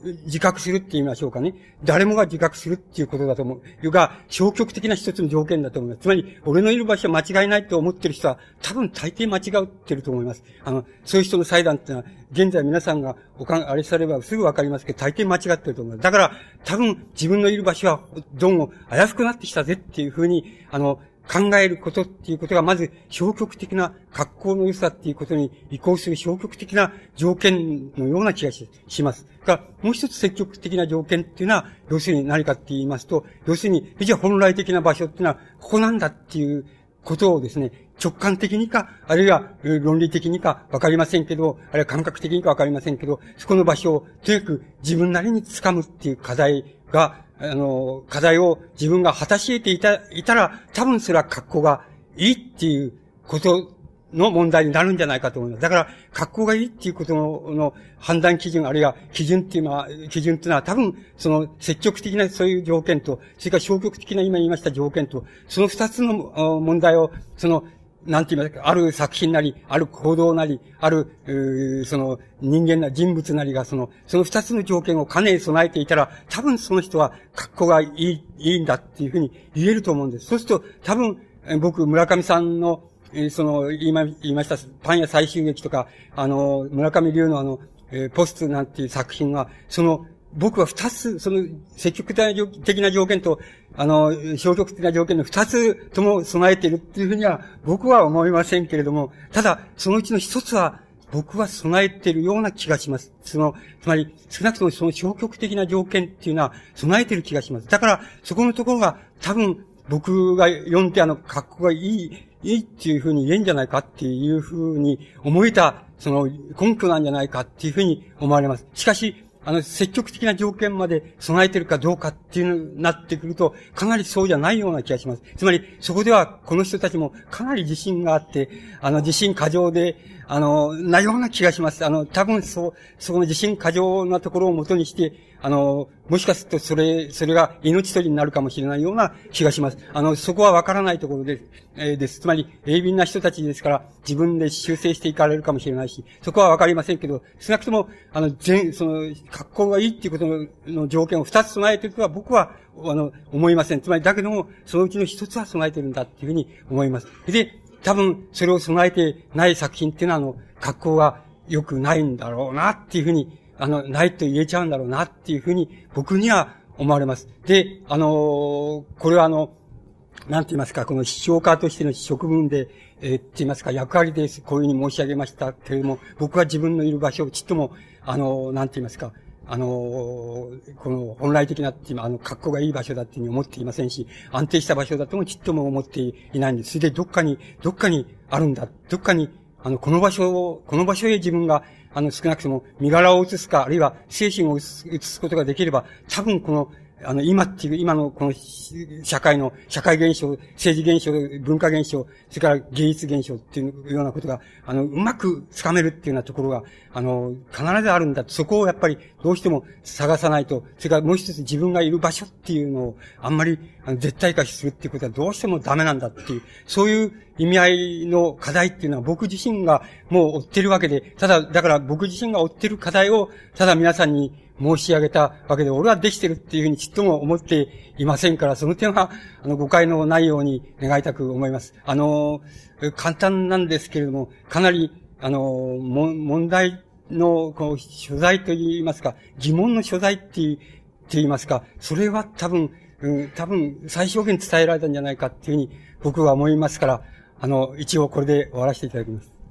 自覚するって言いましょうかね。誰もが自覚するっていうことだと思う。いうが、消極的な一つの条件だと思います。つまり、俺のいる場所は間違いないと思ってる人は、多分大抵間違ってると思います。そういう人の裁断っていうのは、現在皆さんがあれさればすぐわかりますけど、大抵間違ってると思います。だから、多分自分のいる場所は、どうも危うくなってきたぜっていうふうに、考えることっていうことが、まず消極的な格好の良さっていうことに移行する消極的な条件のような気がします。が、もう一つ積極的な条件っていうのは、要するに何かって言いますと、要するに、じゃあ本来的な場所っていうのは、ここなんだっていうことをですね、直感的にか、あるいは論理的にかわかりませんけど、あるいは感覚的にかわかりませんけど、そこの場所をとにかく自分なりに掴むっていう課題が、課題を自分が果たし得ていたら、多分それは格好がいいっていうことの問題になるんじゃないかと思います。だから、格好がいいっていうことの判断基準、あるいは基準っていうのは多分、その積極的なそういう条件と、それから消極的な今言いました条件と、その二つの問題を、なんて言いますか、ある作品なり、ある行動なり、ある、その人間な人物なりがその二つの条件を兼ね備えていたら、多分その人は格好がいいんだっていうふうに言えると思うんです。そうすると、多分、僕、村上さんの、言いました、パン屋最終劇とか、村上龍のポストなんていう作品は、僕は二つ、積極的な条件と、消極的な条件の二つとも備えているっていうふうには、僕は思いませんけれども、ただ、そのうちの一つは、僕は備えているような気がします。つまり、少なくともその消極的な条件っていうのは備えている気がします。だから、そこのところが、多分、僕が読んで格好がいいっていうふうに言えんじゃないかっていうふうに思えた、根拠なんじゃないかっていうふうに思われます。しかし、積極的な条件まで備えてるかどうかっていうなってくると、かなりそうじゃないような気がします。つまり、そこでは、この人たちもかなり自信があって、自信過剰で、なような気がします。多分その自信過剰なところをもとにして、もしかするとそれが命取りになるかもしれないような気がします。そこはわからないところです。つまり、鋭敏な人たちですから、自分で修正していかれるかもしれないし、そこはわかりませんけど、少なくとも、格好がいいっていうことの条件を二つ備えているとは僕は、思いません。つまり、だけども、そのうちの一つは備えているんだっていうふうに思います。で、多分、それを備えてない作品っていうのは、格好が良くないんだろうなっていうふうに、ないと言えちゃうんだろうなっていうふうに、僕には思われます。で、これはなんて言いますか、この批評家としての職分で、って言いますか、役割でこういうふうに申し上げましたけれども、僕は自分のいる場所をちっとも、なんて言いますか、この本来的なっていう、格好がいい場所だっていうふうに思っていませんし、安定した場所だともちっとも思っていないんです。それでどっかにあるんだ。どっかに、この場所へ自分が、少なくとも身柄を移すか、あるいは精神を移すことができれば、多分今のこの社会現象、政治現象、文化現象、それから芸術現象っていうようなことが、うまくつかめるっていうようなところが、必ずあるんだ。そこをやっぱりどうしても探さないと、それからもう一つ自分がいる場所っていうのをあんまり絶対化するっていうことはどうしてもダメなんだっていう、そういう意味合いの課題っていうのは僕自身がもう追ってるわけで、だから僕自身が追ってる課題を、ただ皆さんに申し上げたわけで、俺はできてるっていうふうにちっとも思っていませんから、その点は、誤解のないように願いたく思います。簡単なんですけれども、かなり、問題の、こう、所在といいますか、疑問の所在って言いますか、それは多分、最小限伝えられたんじゃないかっていうふうに僕は思いますから、一応これで終わらせていただきます。